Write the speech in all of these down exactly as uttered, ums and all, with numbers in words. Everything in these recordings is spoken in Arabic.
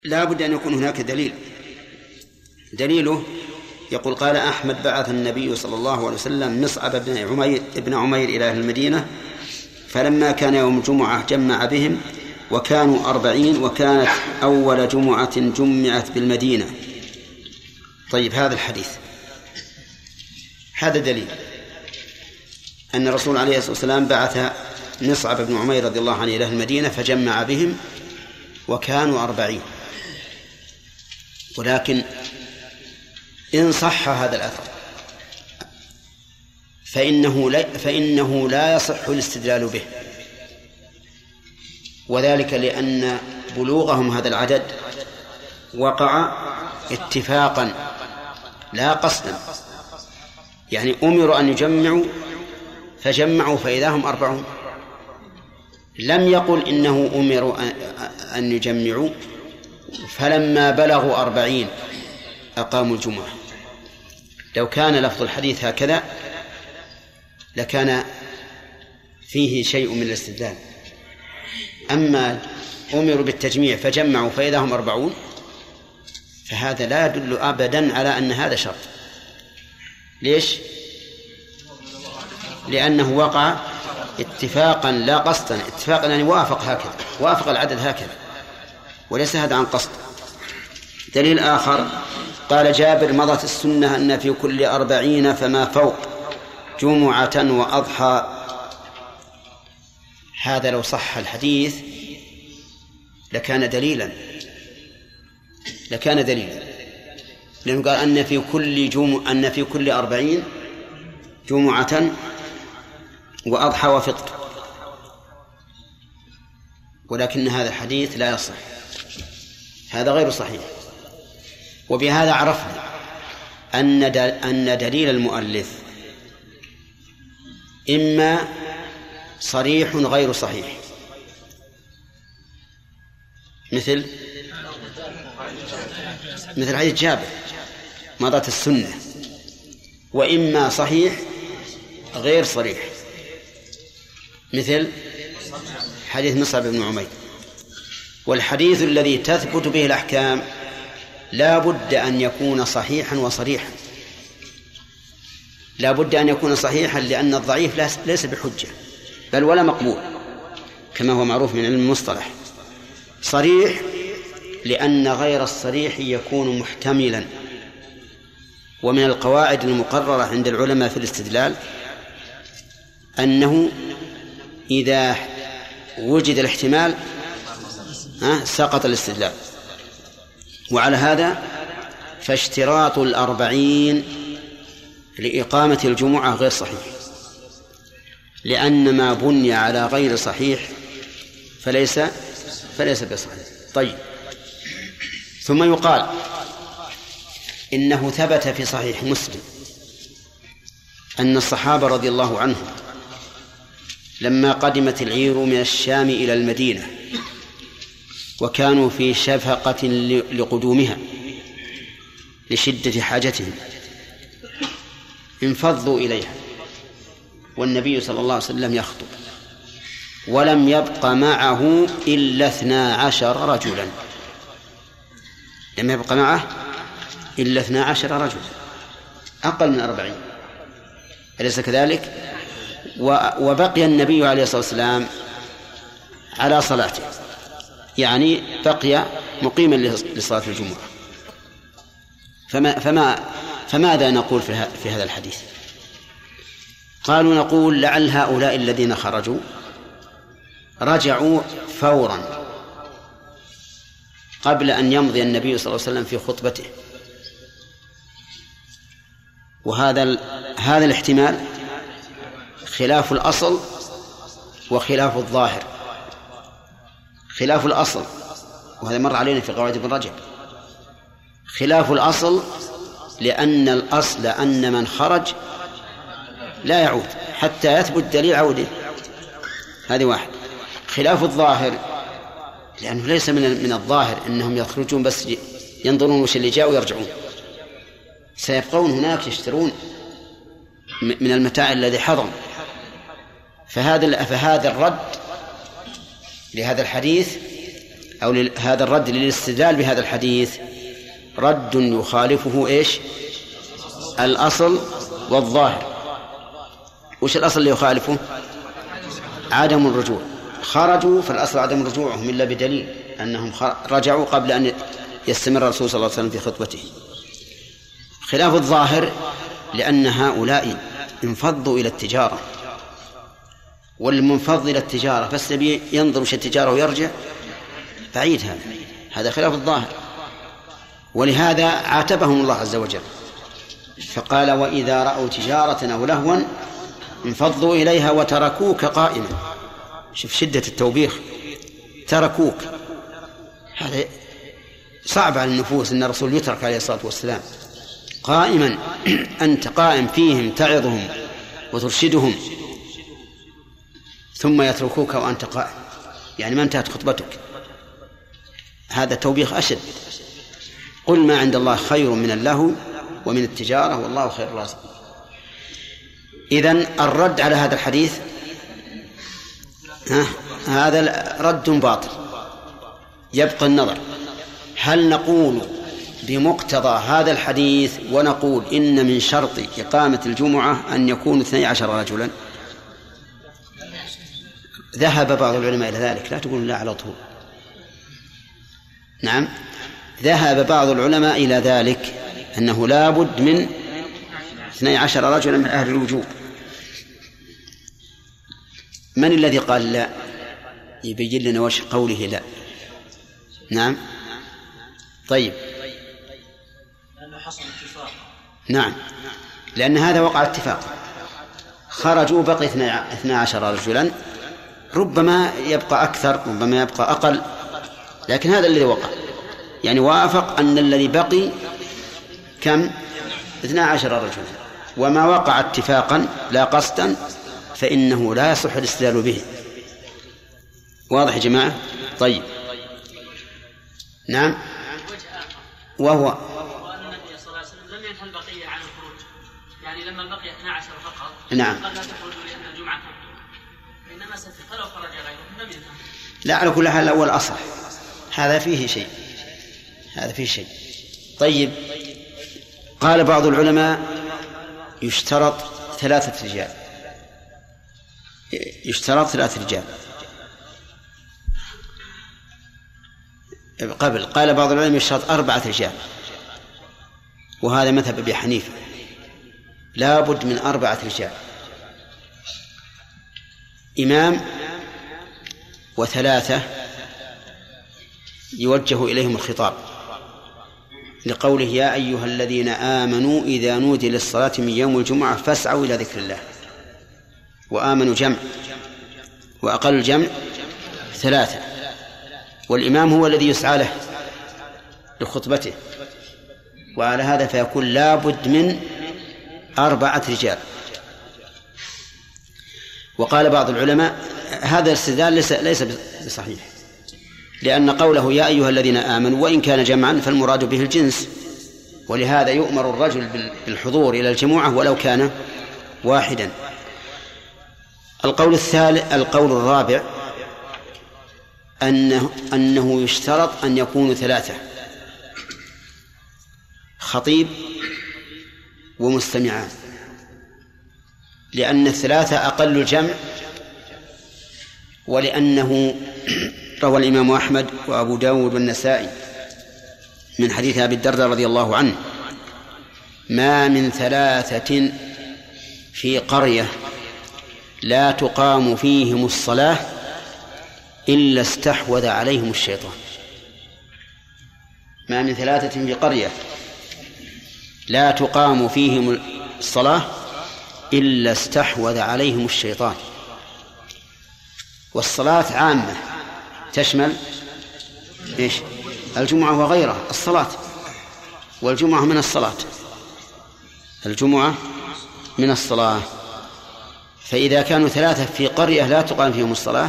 لا بد أن يكون هناك دليل. دليله يقول قال أحمد بعث النبي صلى الله عليه وسلم مصعب بن عمير, ابن عمير إلى أهل المدينة، فلما كان يوم الجمعة جمع بهم وكانوا أربعين، وكانت أول جمعة جمعت بالمدينة. طيب، هذا الحديث هذا دليل أن الرسول عليه الصلاة والسلام بعث مصعب بن عمير رضي الله عنه إلى أهل المدينة فجمع بهم وكانوا أربعين. ولكن إن صح هذا الأثر فإنه لا, فإنه لا يصح الاستدلال به، وذلك لأن بلوغهم هذا العدد وقع اتفاقا لا قصدا، يعني أمروا أن يجمعوا فجمعوا فإذا هم أربعون. لم يقل إنه أمروا أن يجمعوا فلما بلغوا أربعين أقاموا الجمعة. لو كان لفظ الحديث هكذا لكان فيه شيء من الاستدلال. أما أمروا بالتجميع فجمعوا فإذا هم أربعون فهذا لا يدل أبدا على أن هذا شرط. ليش؟ لأنه وقع اتفاقا لا قصدا، اتفاقا يعني وافق هكذا، وافق العدد هكذا، وليس هذا عن قصد. دليل آخر قال جابر مضت السنة أن في كل أربعين فما فوق جمعة وأضحى. هذا لو صح الحديث لكان دليلا لكان دليلا لأنه قال أن في كل جمعة أن في كل أربعين جمعة وأضحى وفطر، ولكن هذا الحديث لا يصح، هذا غير صحيح. وبهذا عرفنا أن أن دليل المؤلف إما صريح غير صحيح، مثل مثل حديث جابر مضت السنة، وإما صحيح غير صريح مثل حديث مصعب بن عمير. والحديث الذي تثبت به الأحكام لا بد أن يكون صحيحا وصريحا، لا بد أن يكون صحيحا لأن الضعيف ليس بحجة بل ولا مقبول كما هو معروف من علم المصطلح. صريح لأن غير الصريح يكون محتملا. ومن القواعد المقررة عند العلماء في الاستدلال أنه إذا وجد الاحتمال سقط الاستدلال. وعلى هذا فاشتراط الأربعين لإقامة الجمعة غير صحيح، لأن ما بني على غير صحيح فليس فليس بصحيح. طيب، ثم يقال إنه ثبت في صحيح مسلم أن الصحابة رضي الله عنهم لما قدمت العير من الشام إلى المدينة وكانوا في شفقة لقدومها لشدة حاجتهم انفضوا إليها والنبي صلى الله عليه وسلم يخطب، ولم يبق معه إلا اثنا عشر رجلا، لم يبق معه إلا اثنا عشر رجلا، أقل من أربعين، أليس كذلك؟ وبقي النبي عليه الصلاة والسلام على صلاته، يعني بقي مقيما لصلاة الجمعة. فما فما فماذا نقول في هذا الحديث؟ قالوا نقول لعل هؤلاء الذين خرجوا رجعوا فورا قبل أن يمضي النبي صلى الله عليه وسلم في خطبته، وهذا هذا الاحتمال خلاف الأصل وخلاف الظاهر. خلاف الأصل، وهذا مر علينا في قواعد ابن رجب، خلاف الأصل لأن الأصل أن من خرج لا يعود حتى يثبت دليل عوده، هذه واحد. خلاف الظاهر لأنه ليس من من الظاهر أنهم يخرجون بس ينظرون وش اللي جاء ويرجعون، سيبقون هناك يشترون من المتاع الذي حضر. فهذا فهذا الرد لهذا الحديث أو هذا الرد للاستدلال بهذا الحديث رد يخالفه إيش؟ الأصل والظاهر. وش الأصل اللي يخالفه؟ عدم الرجوع. خرجوا فالأصل عدم رجوعهم إلا بدليل أنهم رجعوا قبل أن يستمر الرسول صلى الله عليه وسلم في خطبته. خلاف الظاهر لأن هؤلاء انفضوا إلى التجارة، والمنفض إلى التجارة بس ينظر وش التجارة ويرجع بعيد، هذا هذا خلاف الظاهر. ولهذا عاتبهم الله عز وجل فقال وإذا رأوا تجارة أو لهوا انفضوا إليها وتركوك قائما. شوف شدة التوبيخ، تركوك. هذا صعب على النفوس أن الرسول يترك عليه الصلاة والسلام قائما. أنت قائم فيهم تعظهم وترشدهم ثم يتركوك وأنت قائم، يعني ما انتهت خطبتك. هذا توبيخ أشد. قل ما عند الله خير من اللهو ومن التجارة والله خير الرازقين. إذن الرد على هذا الحديث ها هذا رد باطل. يبقى النظر هل نقول بمقتضى هذا الحديث ونقول إن من شرط إقامة الجمعة أن يكون اثني عشر رجلا؟ ذهب بعض العلماء إلى ذلك، لا تقول لا على طول. نعم، ذهب بعض العلماء إلى ذلك أنه لا بد من اثني عشر رجلا من أهل الوجوب. من الذي قال لا؟ يبين لنا وش قوله لا. نعم طيب، لأنه حصل اتفاق. نعم، لأن هذا وقع اتفاق. خرجوا بقي اثني عشر رجلا، ربما يبقى أكثر ربما يبقى أقل، لكن هذا الذي وقع. يعني وافق أن الذي بقي كم؟ اثني عشر رجلا. وما وقع اتفاقا لا قصدا فإنه لا يصح الاستدلال به. واضح يا جماعة؟ طيب نعم. وهو وأن النبي صلى الله عليه وسلم لم ينهى البقية عن الخروج، يعني لما بقي اثني عشر فقط نعم قال لا تخرجوا لأن الجمعة تبطل، إنما ستة فلو خرج غيرهم لم ينهى. لا، على كل حال الأول أصح، هذا فيه شيء، هذا فيه شيء. طيب، قال بعض العلماء يشترط ثلاثة رجال، يشترط ثلاثة رجال قبل. قال بعض العلماء يشترط أربعة رجال، وهذا مذهب أبي حنيفة، لا بد من أربعة رجال، إمام وثلاثة يوجه إليهم الخطاب، لقوله يا أيها الذين آمنوا إذا نودي للصلاة من يوم الجمعة فاسعوا إلى ذكر الله. وآمنوا جمع، وأقل الجمع ثلاثة، والإمام هو الذي يسعى له لخطبته. وعلى هذا فيكون لا بد من أربعة رجال. وقال بعض العلماء هذا الاستدلال ليس ليس بصحيح، لأن قوله يا أيها الذين آمنوا وإن كان جمعا فالمراد به الجنس، ولهذا يؤمر الرجل بالحضور إلى الجمعة ولو كان واحدا. القول الثالث القول الرابع أنه, أنه يشترط أن يكونوا ثلاثة، خطيب ومستمعان، لأن الثلاثة أقل الجمع، ولأنه روى الإمام أحمد وأبو داود والنسائي من حديث أبي الدرداء رضي الله عنه ما من ثلاثة في قرية لا تقام فيهم الصلاة إلا استحوذ عليهم الشيطان. ما من ثلاثة في قرية لا تقام فيهم الصلاة إلا استحوذ عليهم الشيطان. والصلاة عامة تشمل إيش؟ الجمعة وغيرها. الصلاة والجمعة من الصلاة، الجمعة من الصلاة. فإذا كانوا ثلاثة في قرية لا تقام فيهم الصلاة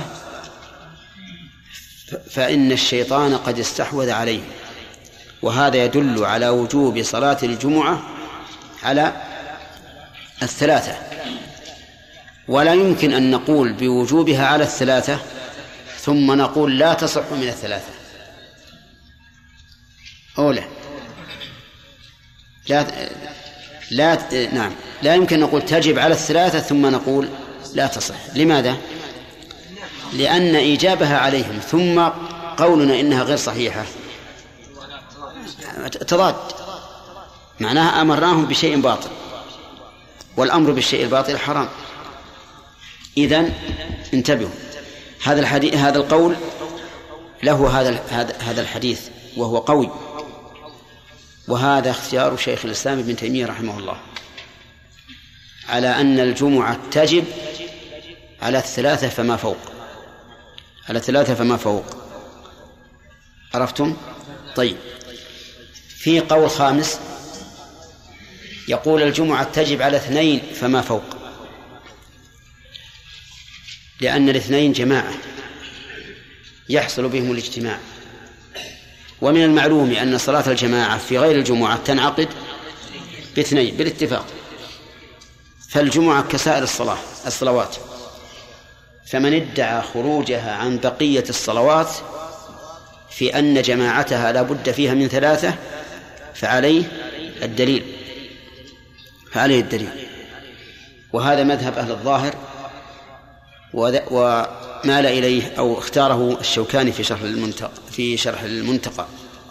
فإن الشيطان قد استحوذ عليهم، وهذا يدل على وجوب صلاة الجمعة على الثلاثة. ولا يمكن أن نقول بوجوبها على الثلاثة ثم نقول لا تصح من الثلاثة، أولى لا لا نعم لا يمكن نقول تجب على الثلاثة ثم نقول لا تصح. لماذا؟ لأن إيجابها عليهم ثم قولنا إنها غير صحيحة تضاد، معناها أمرناهم بشيء باطل، والأمر بالشيء الباطل حرام. إذن انتبهوا، هذا الحديث هذا القول له هذا هذا الحديث وهو قوي، وهذا اختيار شيخ الإسلام ابن تيمية رحمه الله على أن الجمعة تجب على الثلاثة فما فوق، على الثلاثة فما فوق. عرفتم؟ طيب، في قول خامس يقول الجمعة تجب على اثنين فما فوق، لأن الاثنين جماعة يحصل بهم الاجتماع، ومن المعلوم أن صلاة الجماعة في غير الجمعة تنعقد باثنين بالاتفاق، فالجمعة كسائر الصلاة الصلوات، فمن ادعى خروجها عن بقية الصلوات في أن جماعتها لا بد فيها من ثلاثة فعليه الدليل فعليه الدليل وهذا مذهب أهل الظاهر، ومال إليه أو اختاره الشوكاني في شرح المنتقى في شرح المنتقى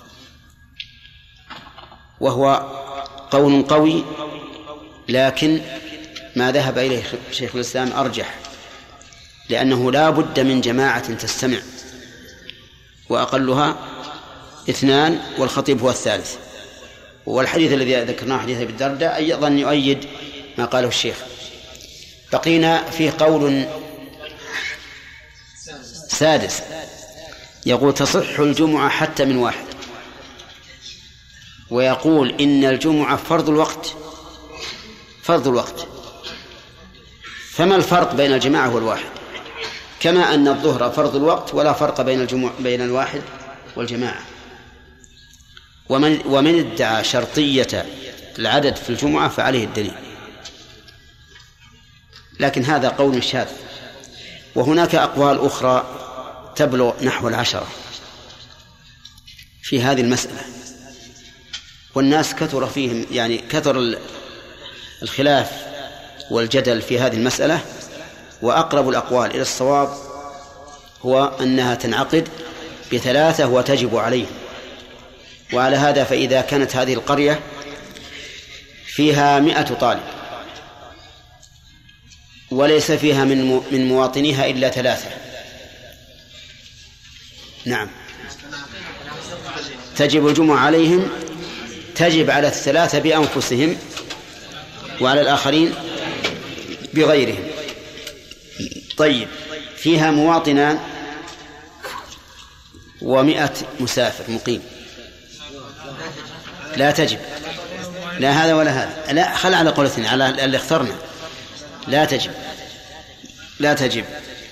وهو قول قوي، لكن ما ذهب إليه شيخ الإسلام أرجح، لأنه لا بد من جماعة تستمع، وأقلها اثنان والخطيب هو الثالث. والحديث الذي ذكرناه حديث ابي الدرداء أيضا يؤيد ما قاله الشيخ. بقينا فيه قول سادس يقول تصح الجمعة حتى من واحد، ويقول إن الجمعة فرض الوقت فرض الوقت فما الفرق بين الجماعة والواحد؟ كما أن الظهر فرض الوقت ولا فرق بين الجمعة بين الواحد والجماعة. ومن ومن ادعى شرطية العدد في الجمعة فعليه الدليل، لكن هذا قول شاذ. وهناك أقوال أخرى تبلغ نحو العشرة في هذه المسألة، والناس كثر فيهم يعني كثر الخلاف والجدل في هذه المسألة، وأقرب الأقوال إلى الصواب هو أنها تنعقد بثلاثة وتجب عليه. وعلى هذا فإذا كانت هذه القرية فيها مئة طالب وليس فيها من من مواطنيها إلا ثلاثة، نعم تجب الجمعة عليهم، تجب على الثلاثة بأنفسهم وعلى الآخرين بغيرهم. طيب، فيها مواطنان ومئة مسافر مقيم، لا تجب، لا هذا ولا هذا، لا خل على قولتنا على اللي اخترنا، لا تجب لا تجب.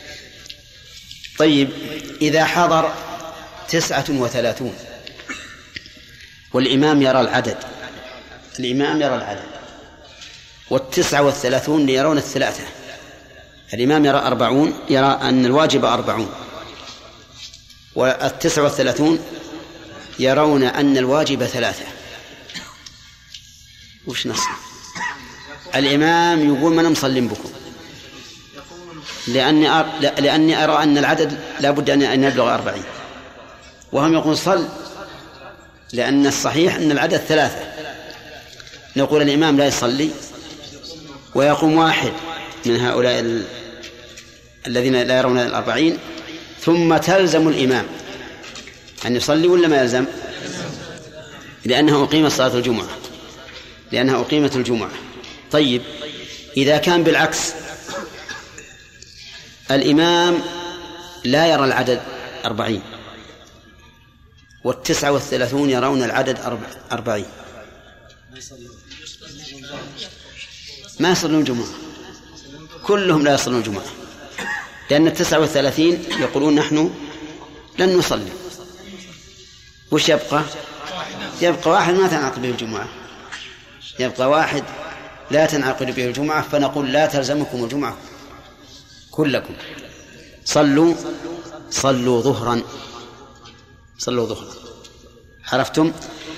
طيب، إذا حضر تسعة وثلاثون والإمام يرى العدد الإمام يرى العدد والتسعة والثلاثون يرون الثلاثة، الإمام يرى أربعون، يرى أن الواجب أربعون، والتسعة والثلاثون يرون أن الواجب ثلاثة، وش نصنع؟ الإمام يقول من مصلين بكم لأني أر... لأني أرى أن العدد لا بد أن يبلغ أربعين، وهم يقول صل لأن الصحيح أن العدد ثلاثة. نقول الإمام لا يصلي ويقوم واحد من هؤلاء ال... الذين لا يرون الأربعين، ثم تلزم الإمام أن يصلي ولا ما يلزم؟ لأنه أقيمت صلاة الجمعة لأنها أقيمت الجمعة. طيب، إذا كان بالعكس الإمام لا يرى العدد أربعين والتسعة والثلاثون يرون العدد أربعين، ما يصلون الجمعة، كلهم لا يصلون الجمعة، لأن التسعة والثلاثين يقولون نحن لن نصلي. وش يبقى؟ يبقى واحد ما تنعقد به الجمعة، يبقى واحد لا تنعقد به الجمعة، فنقول لا تلزمكم الجمعة كلكم، صلوا صلوا ظهرا صلوا ظهرا. عرفتم؟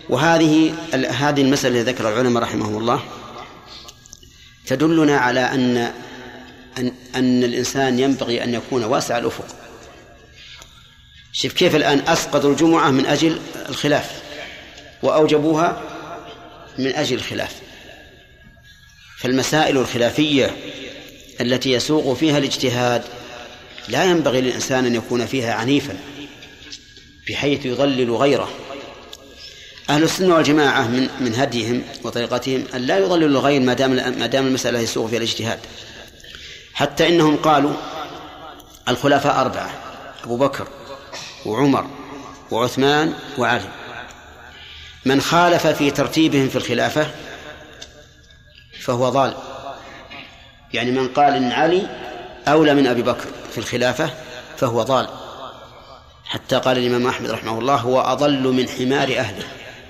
وهذه هذه المسألة التي ذكر العلماء رحمهم الله تدلنا على أن أن, أن الإنسان ينبغي أن يكون واسع الأفق. شوف كيف الآن أسقطوا الجمعة من أجل الخلاف وأوجبوها من أجل الخلاف. فالمسائل الخلافية التي يسوق فيها الاجتهاد لا ينبغي للإنسان أن يكون فيها عنيفا بحيث يضلل غيره. أهل السنة والجماعة من من هديهم وطريقتهم أن لا يضللوا الغير ما دام ما دام المسألة يسوق فيها الاجتهاد. حتى إنهم قالوا الخلفاء أربعة: أبو بكر وعمر وعثمان وعلي. من خالف في ترتيبهم في الخلافة فهو ضال. يعني من قال إن علي أولى من أبي بكر في الخلافة فهو ضال. حتى قال الإمام أحمد رحمه الله: هو أضل من حمار أهله.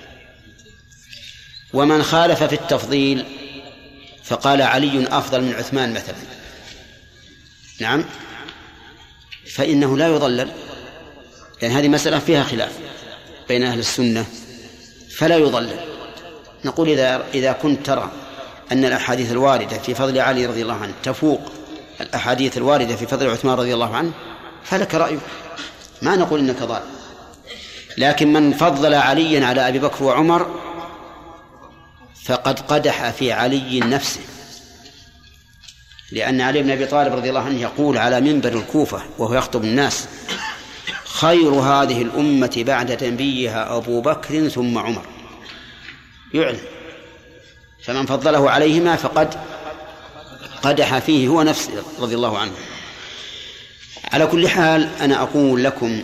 ومن خالف في التفضيل فقال علي أفضل من عثمان مثلا، نعم، فإنه لا يضلل، لأن هذه مسألة فيها خلاف بين أهل السنة فلا يضلل. نقول إذا إذا كنت ترى أن الأحاديث الواردة في فضل علي رضي الله عنه تفوق الأحاديث الواردة في فضل عثمان رضي الله عنه فلك رأيك، ما نقول إنك ضال. لكن من فضل عليا على أبي بكر وعمر فقد قدح في علي نفسه، لأن علي بن أبي طالب رضي الله عنه يقول على منبر الكوفة وهو يخطب الناس: خير هذه الأمة بعد نبيها أبو بكر ثم عمر. يعلم، فمن فضله عليهما فقد قدح فيه هو نفسه رضي الله عنه. على كل حال أنا أقول لكم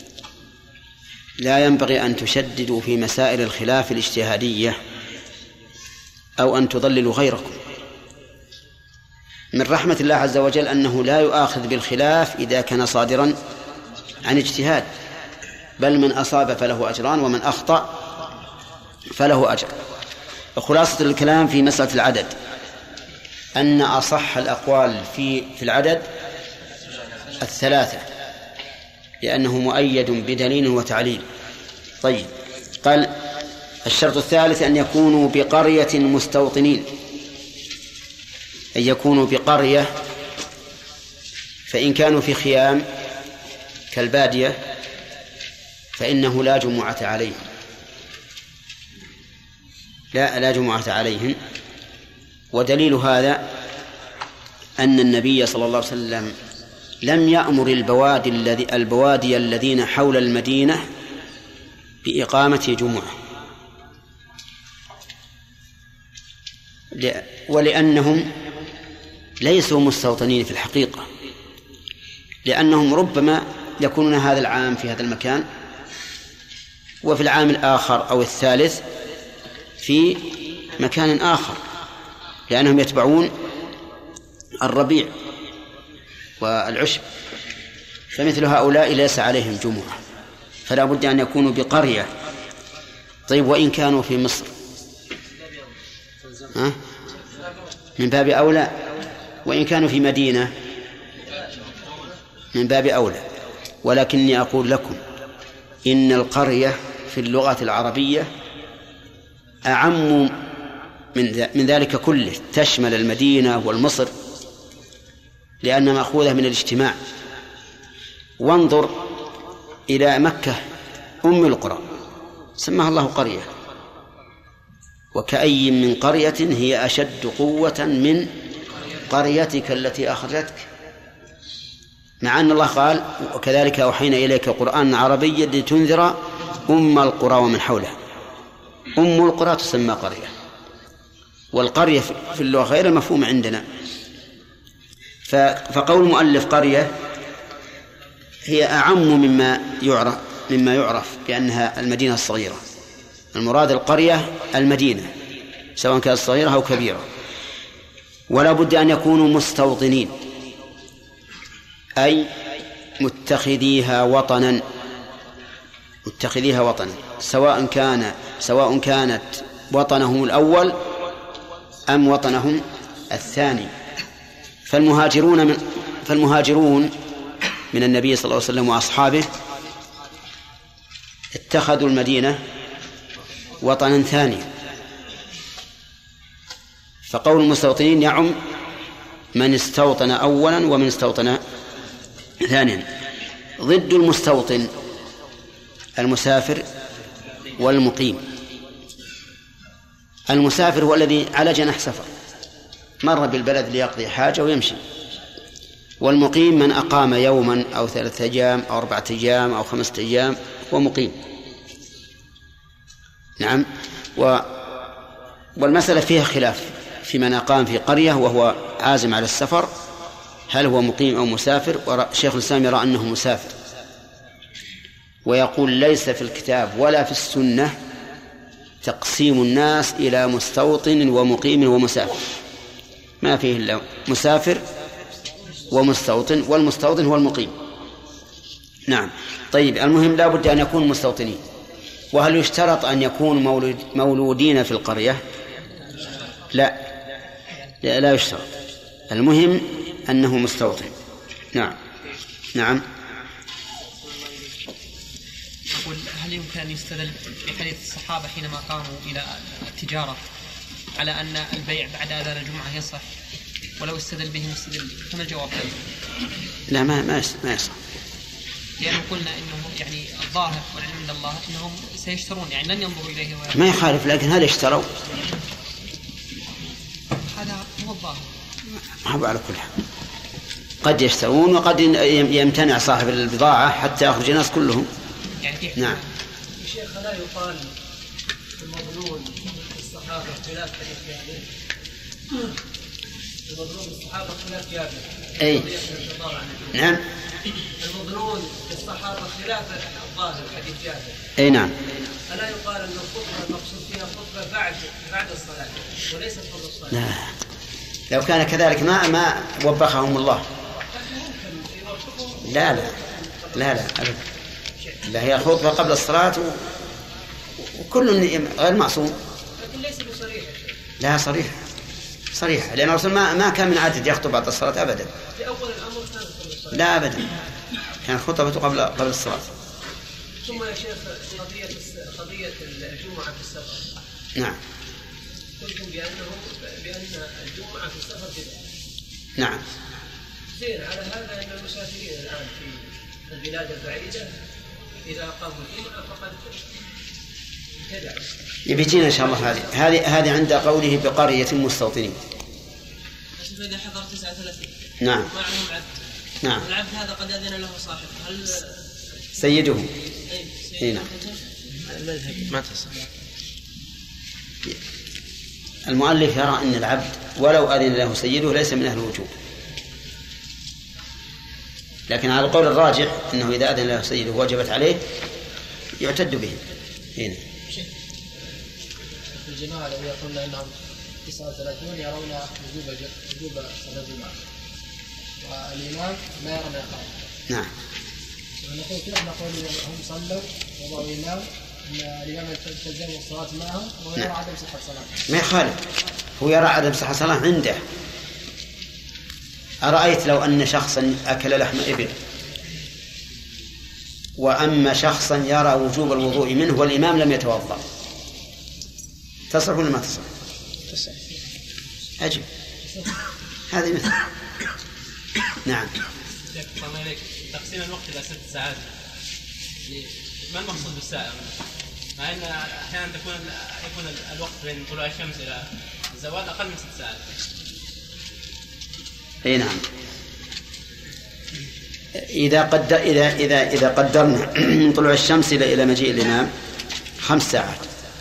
لا ينبغي أن تشددوا في مسائل الخلاف الاجتهادية أو أن تضللوا غيركم. من رحمة الله عز وجل أنه لا يؤاخذ بالخلاف إذا كان صادرا عن اجتهاد، بل من أصاب فله أجران ومن أخطأ فله أجر. خلاصة الكلام في مسألة العدد أن أصح الأقوال في في العدد الثلاثة، لأنه مؤيد بدليل وتعليل. طيب، قال الشرط الثالث أن يكونوا بقرية مستوطنين، أن يكونوا بقرية، فإن كانوا في خيام كالبادية فإنه لا جمعة عليهم، لا لا جمعة عليهم. ودليل هذا أن النبي صلى الله عليه وسلم لم يأمر البوادي الذي البوادي الذين حول المدينة بإقامة جمعة، ولأنهم ليسوا مستوطنين في الحقيقة، لأنهم ربما يكونون هذا العام في هذا المكان وفي العام الآخر أو الثالث في مكان آخر، لأنهم يتبعون الربيع والعشب، فمثل هؤلاء ليس عليهم جمعة، فلا بد أن يكونوا بقرية. طيب، وإن كانوا في مصر ها؟ من باب أولى، وإن كانوا في مدينة من باب أولى. ولكني أقول لكم إن القرية في اللغة العربية أعم من ذلك كله، تشمل المدينة والمصر، لأنها مأخوذة من الاجتماع. وانظر إلى مكة أم القرى سماها الله قرية، وكأي من قرية هي أشد قوة من قريتك التي أخرجتك، مع أن الله قال وكذلك أوحينا إليك قرآن عربيا لتنذر أم القرى ومن حولها. أم القرى تسمى قرية، والقرية في اللغة غير المفهوم عندنا. فقول المؤلف قرية هي أعم مما يعرف مما يعرف بأنها المدينة الصغيرة. المراد القرية المدينة سواء كانت صغيرة أو كبيرة. ولا بد أن يكونوا مستوطنين، أي متخذيها وطنا متخذيها وطنا سواء كان سواء كانت وطنهم الأول أم وطنهم الثاني. فالمهاجرون من فالمهاجرون من النبي صلى الله عليه وسلم وأصحابه اتخذوا المدينة وطنا ثانيا. فقول المستوطنين يعم من استوطن أولا ومن استوطن ثانيا. ضد المستوطن المسافر والمقيم. المسافر هو الذي على جناح سفر، مر بالبلد ليقضي حاجة ويمشي. والمقيم من أقام يوما أو ثلاثة أيام أو أربعة أيام أو خمسة أيام هو مقيم. نعم. و والمسألة فيها خلاف في من أقام في قرية وهو عازم على السفر، هل هو مقيم أو مسافر؟ شيخ الإسلام يرى أنه مسافر، ويقول ليس في الكتاب ولا في السنة تقسيم الناس إلى مستوطن ومقيم ومسافر، ما فيه إلا مسافر ومستوطن، والمستوطن هو المقيم. نعم. طيب، المهم لا بد أن يكون مستوطنين. وهل يشترط أن يكون مولود مولودين في القرية؟ لا، لا, لا يشترط، المهم أنه مستوطن. نعم. نعم. أقول هل يمكن أن يستدل بحديث الصحابة حينما قاموا إلى التجارة على أن البيع بعد أذان الجمعة يصح، ولو استدل به مستدل؟ فما الجواب هذا؟ لا، ما ما ما يصح، لأنه قلنا إنه يعني الظاهر والعلم عند الله إنهم سيشترون، يعني لن ينظروا إليه ويرى. ما يخالف، لكن هل اشتروا؟ هذا هو الظاهر. ما على كل حال قد يشترون وقد يمتنع صاحب البضاعة حتى يخرج الناس كلهم. يعني نعم. شيخ، لا يقال المظنون الصحابة خلاف جابر؟ المظنون الصحابة خلاف جابر. أي نعم. المظنون الصحابة خلاف الظاهر حديث جابر. أي نعم. ألا يقال أن الخطبة المقصود فيها خطبة بعد بعد الصلاة وليست قبل الصلاة؟ لا، لو كان كذلك ما ما وبخهم الله. لا لا لا لا أبدا. لا، هي خطبة قبل الصلاة و... وكل غير معصوم. لكن ليس بصريح. لا، صريح صريح، لأن الرسول ما ما كان من عادة يخطب بعد الصلاة أبدا. في أول الأمر كان قبل الصلاة. لا أبدا، كان خطبته قبل قبل الصلاة. ثم يا شيخ قضية قضية الجمعة في السفر. نعم. قلتم بأنه بأن الجمعة في السفر بدعة. نعم. زين، على هذا أن المسافرين الآن في البلاد البعيدة إذا أقاموا الجمعة فقد ابتدعوا. يبيتين إن شاء الله هذه هذه هذه عند قوله بقرية مستوطنين. إذا حضر تسعة وثلاثين. نعم. معهم عبد. نعم. العبد هذا قد أذن له صاحب، هل سيده؟ أي نعم. المذهب ما تصح. المؤلف يرى أن العبد ولو أذن له سيده ليس من أهل الوجوب، لكن على القول الراجح أنه إذا أذن له سيده وجبت عليه يعتد به. هنا الجماعة الذين يقولون أنهم تسعة وثلاثون يرون وجوب وجوب صلاة الجمعة، والإمام لا يرى ما يقال. نعم. ونقول كيف نقول هم صلوا وضعوا الإمام أن الإمام تلزم الصلاة معهم ويرى نعم. عدم صحة صلاة. ما يخالف، هو يرى عدم صحة صلاة عنده. أرأيت لو أن شخصا أكل لحم إبل وأما شخصا يرى وجوب الوضوء منه والإمام لم يتوضأ، تصح ولا ما تصح؟ تصح. أجل، هذه مثل. نعم. السلام عليكم. تقسيم الوقت إلى ست ساعات، ما المقصود بالساعة؟ مع أن أحيانا تكون يكون الوقت بين طلوع الشمس إلى الزوال أقل من ست ساعات. أي نعم. إذا قد إذا إذا إذا قدرنا من طلوع الشمس إلى إلى مجيء الإمام خمس ساعات،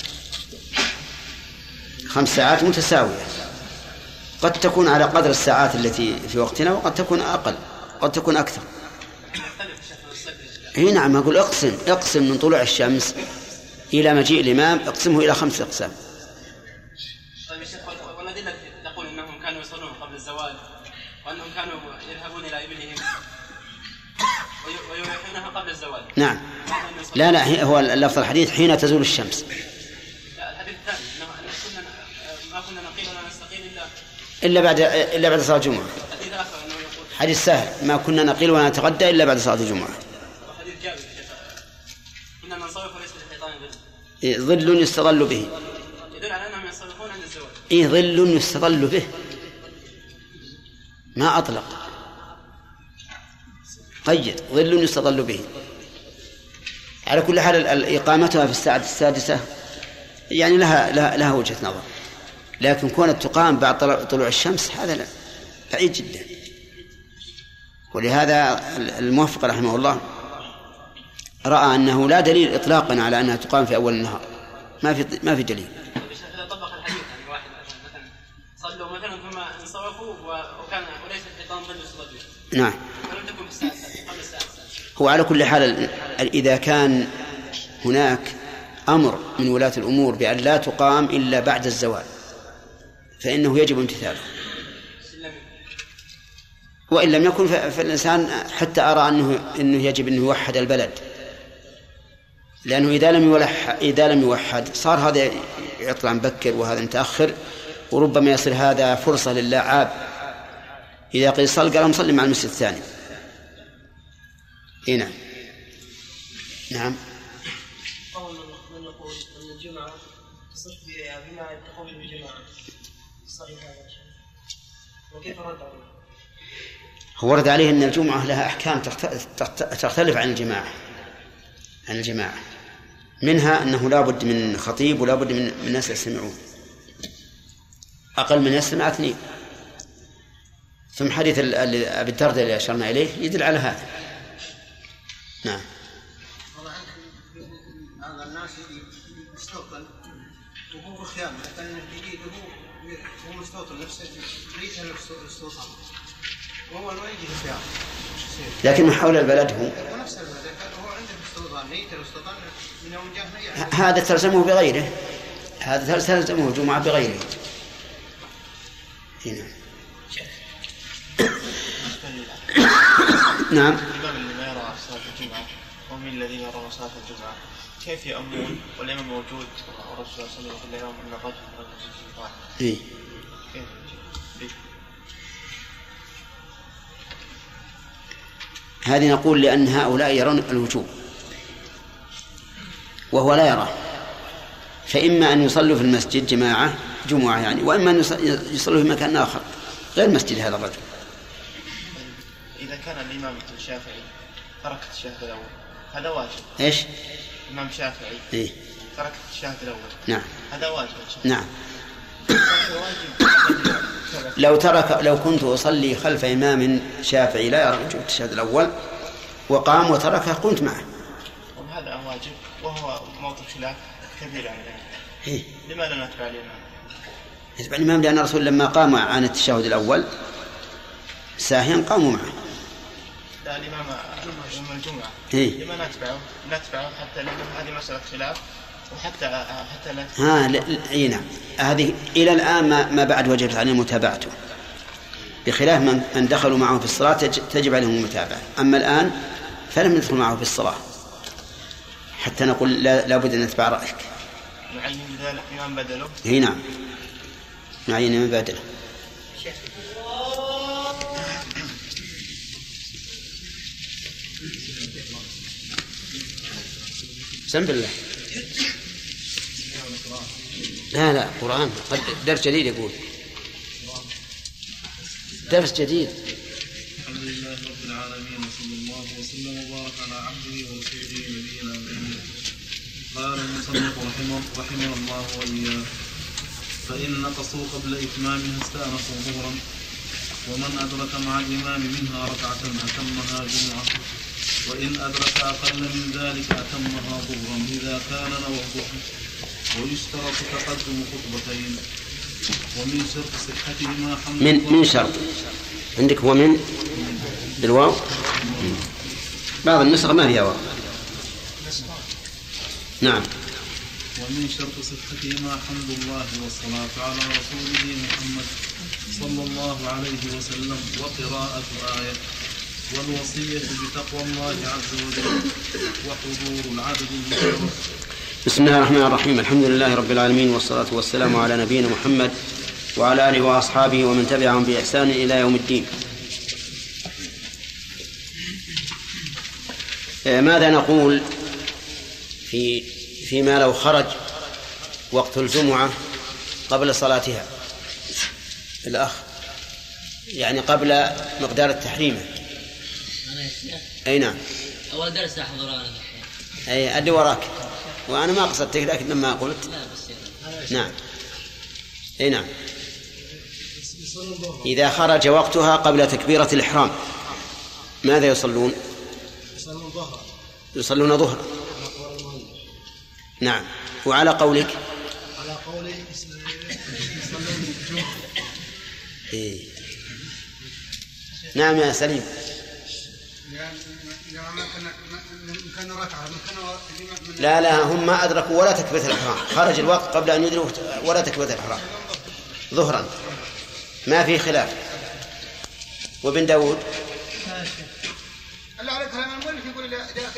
خمس ساعات متساوية، قد تكون على قدر الساعات التي في وقتنا وقد تكون أقل، قد تكون أكثر. هنا نعم، أقول اقسم اقسم من طلوع الشمس إلى مجيء الإمام اقسمه إلى خمس أقسام. طيب يا شيخ، والذين تقول إنهم كانوا يصلون قبل الزوال وأنهم كانوا يذهبون إلى إبلهم ويريحونها قبل الزوال. نعم. لا لا، هو اللفظ الحديث حين تزول الشمس. لا، الحديث الثاني كنا ما كنا نقيل ولا نستقيل إلا إلا بعد إلا بعد صلاة الجمعة. الحديث الآخر أنه يقول حديث سهل، ما كنا نقيل ولا نتغدى إلا بعد صلاة الجمعة. وحديث جابر كنا ننصرف وليس للحيطان ظل. ظل يستظل به، يدل على أنهم ينصرفون عند الزواج. إيه ظل يستظل به، ما أطلق، قيد ظل يستظل به. على كل حال إقامتها في الساعة السادسة يعني لها, لها, لها وجهة نظر، لكن كونت تقام بعد طلوع الشمس هذا لا، بعيد جدا. ولهذا الموفق رحمه الله رأى أنه لا دليل إطلاقا على أنها تقام في أول النهار، ما في ما في دليل. إذا طبق الحديث يعني واحد مثلا صلوا مثلا ثم انصرفوا وكان وليس الحيطان ظل يصلي به. نعم. ولم تكن في الساعة قبل الساعة السادسة. هو على كل حال إذا كان هناك أمر من ولاة الأمور بأن لا تقام إلا بعد الزوال فإنه يجب امتثاله، وإن لم يكن فالإنسان حتى أرى أنه إنه يجب أن يوحد البلد، لأنه إذا لم يوحد إذا لم يوحد صار هذا يطلع مبكر وهذا متأخر، وربما يصير هذا فرصة للاعب إذا قيل صل قال مصلي مع المسجد الثاني. إيه نعم. نعم. قول من يقول أن الجمعة تصح بما تقوم بالجماعة صحيح هذا شيء، وكيف رد عليه؟ هو ورد عليه أن الجمعة لها أحكام تختلف عن الجماعة عن الجماعة منها أنه لا بد من خطيب ولا بد من الناس يستمعون، أقل من يستمع اثنين. ثم حديث أبي الدرداء اللي أشرنا إليه يدل على هذا. نعم. هذا الناس يستوطن وهو خيام، لكن الجديد هو هو مستوطن نفسه ليس الاستوطان، وهو ما يجي خيام. لكن حول البلد هو ونفس البلد هو عنده استوطان، نية الاستوطان من يوم جاء هذا تلزمه بغيره، هذا تلزمه جمعة بغيره. هنا. نعم. الإمام اللي ما يرى صلاة الجمعة ومن الذين يرون صلاة الجمعة كيف يأمون والإمام موجود والرسول صلى الله عليه وسلم يقول لهم أن الرجل رجل واحد؟ إيه. كيف؟ هذه نقول لأن هؤلاء يرون الوجوب وهو لا يراه، فإما أن يصلوا في المسجد جماعة جمعة يعني، وإما أن يصلوا في مكان آخر غير مسجد هذا الرجل. إذا كان الإمام الشافعي ترك الشهادة الأول هذا واجب. إيش؟ الإمام الشافعي إيه؟ ترك الشهادة الأول. نعم. هذا واجب. نعم. لو ترك لو كنت أصلي خلف إمام شافعي لا يرى وجوب الشهادة الأول وقام وتركه قمت معه. وهذا واجب وهو موضوع خلاف كبير يعني. إيه؟ لماذا نتبع الإمام؟ نتبع الإمام لأن الرسول لما قام عن التشهد الأول ساهيا قاموا معه. لا الإمام يوم الجمعة. إيه؟ لما نتبعه نتبعه حتى لأن هذه مسألة خلاف وحتى حتى لا. ها لا إيه نعم. هذه إلى الآن ما, ما بعد وجبت عليهم متابعته، بخلاف من من دخلوا معه في الصلاة تجب عليهم المتابعة، أما الآن فلم ندخل معه في الصلاة حتى نقول لا لابد أن نتبع رأيك. نعين ذلك إمام بدله. إيه نعم. نعين إمام بدله. سم بالله. لا لا قرآن درس جديد يقول درس جديد. الحمد لله رب العالمين وصلى الله وسلم وبارك على عبده ورسوله نبينا محمد. قال المصنف رحمه رحمه الله وإياه: فإن نقصوا قبل إتمامها استأنفوا ظهرا، ومن أدرك مع الإمام منها ركعة أتمها جمعة، وإن أدرك أقل من ذلك أتمها ظهرا إذا كان نوى الضحى. ويشترط تقدم خطبتين، ومن شرط صحتهما حمد من من شرط عندك هو من بالواو، بعض النسخ ما فيها واو. نعم. ومن شرط صحتهما حمد الله والصلاة على رسوله محمد صلى الله عليه وسلم وقراءة آية، والوصية بتقوى الله عز وجل، وحضور العدد المشرف. بسم الله الرحمن الرحيم. الحمد لله رب العالمين، والصلاة والسلام على نبينا محمد وعلى آله وأصحابه ومن تبعهم بإحسان إلى يوم الدين. ماذا نقول في فيما لو خرج وقت الجمعة قبل صلاتها الأخ، يعني قبل مقدار التحريم. أي نعم. أول درس أحضر أنا. أي أدي وراك، وأنا ما قصدتك لكن لما قلت. نعم. أي نعم. إذا خرج وقتها قبل تكبيرة الإحرام ماذا يصلون؟ يصلون ظهرا. نعم. وعلى قولك على قولي يصلون الجمعة. إيه. نعم يا سليم. لا لا هم ما أدركوا ولا تكبيرة الإحرام، خرج الوقت قبل أن يدركوا ولا تكبيرة الإحرام ظهرا، ما في خلاف. وابن داود الله عليك كلام المؤلف يقول إذا إذا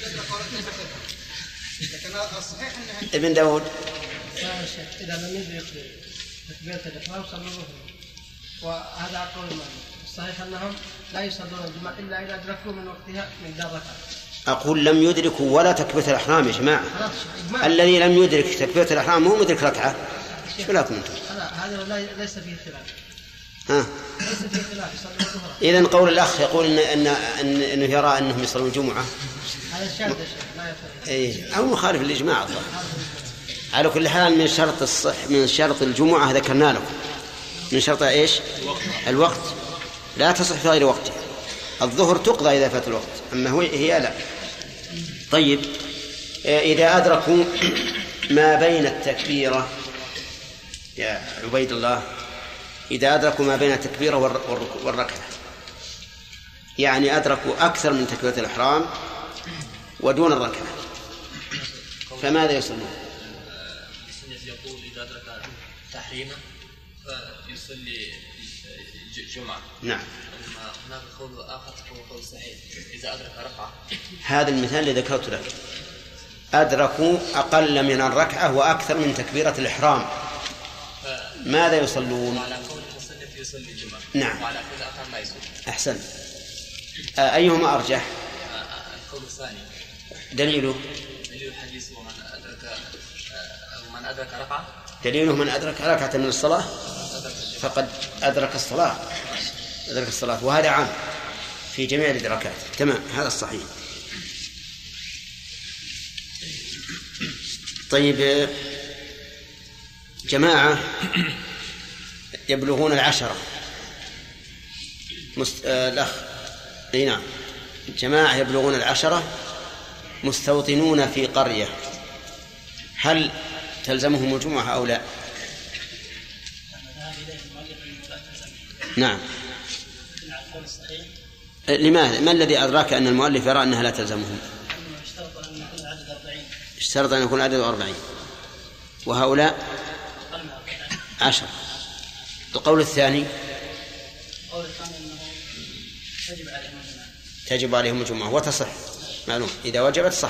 لكن الصحيح أنها ابن داود إذا لم يدرك تكبيرة الإحرام صلوا ظهرا، وهذا على قول المؤلف. الصحيح أنهم لا يصلون الجمعة إلا إذا أدركوا من وقتها مقدار ركعة. أقول لم يدركوا ولا تكبيرة الإحرام يا جماعة. الذي لم يدرك تكبيرة الإحرام مو مدرك ركعة. شو لكم أنتم؟ هذا ليس فيه خلاف. ها. ليس فيه خلاف يصلون ظهرا. إذن قول الأخ يقول إن إن إن إنه يرى أنهم يصلون الجمعة. هذا شاذ لا يفهم. إيه أو مخالف للإجماع الظاهر. على كل حال من شرط الصح من شرط الجمعة ذكرنا لكم. من شرط إيش؟ الوقت. لا تصح في غير وقته. الظهر تقضى إذا فات الوقت، أما هو هي لا. طيب إذا أدركوا ما بين التكبيرة يا عبيد الله، إذا أدركوا ما بين التكبيرة والركعة، يعني أدركوا أكثر من تكبيرة الإحرام ودون الركعة، فماذا يصلون؟ يقول إذا أدرك تحريمه فيصلي الجمعة. نعم. هناك قول آخر هو قول صحيح إذا أدرك ركعة. هذا المثال الذي ذكرت لك، أدركوا أقل من الركعة وأكثر من تكبيرة الإحرام، ماذا يصلون؟ وعلى قول المصنف يصلي الجمعة. نعم. وعلى قول آخر ما يصلي. أحسن. أيهما أرجح؟ القول الثاني. دليله؟ دليل الحديث ومن أدرك ومن أدرك ركعة. دليله من أدرك ركعة من الصلاة فقد أدرك الصلاة. أدرك الصلاة، وهذا عام في جميع الإدراكات. تمام، هذا الصحيح. طيب جماعة يبلغون العشرة مست... آه الأخ أي نعم، جماعة يبلغون العشرة مستوطنون في قرية، هل تلزمهم الجمعة أو لا؟ نعم. لماذا؟ ما الذي أدراك أن المؤلف يرى أنها لا تلزمهم؟ اشترط أن يكون عدد أربعين وهؤلاء عشر. القول الثاني القول الثاني أنه تجب عليهم الجمعة. تجب عليهم الجمعة وتصح، معلوم إذا وجبت صح.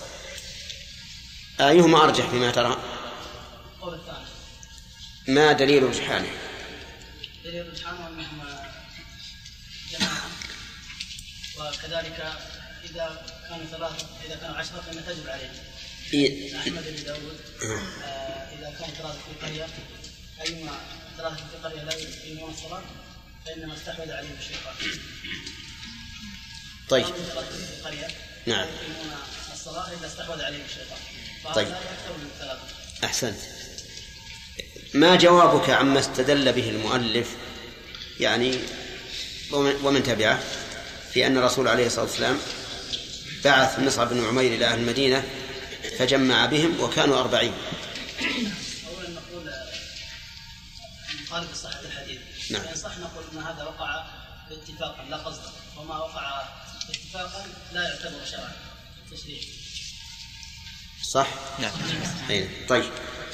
أيهما أرجح فيما ترى؟ القول الثاني. ما دليل رجحانه؟ دليل رجحانه أنهم جماعة، وكذلك إذا كانوا ثلاثة إذا كانوا عشرة فإن تجب عليهم. إيه؟ أحمد بن داود آه إذا كان ثلاثة في قرية أيما ثلاثة في قرية لا يقيمون الصلاة فإنما استحوذ عليهم الشيطان. طيب. في قرية نعم. لا يقيمون الصلاة إلا استحوذ عليهم الشيطان. طيب. أكثر من ثلاثة. أحسنت. ما جوابك عما استدل به المؤلف يعني ومن تبعه في أن الرسول عليه الصلاة والسلام بعث مصعب بن عمير إلى أهل المدينة فجمع بهم وكانوا أربعين؟ أولا نقول مخالف صحة الحديث. نعم. يعني صح نقول أن هذا وقع اتفاقا لا قصدا، وما وقع اتفاقا لا يعتبر شرعا تشريع. صح؟ نعم. طيب.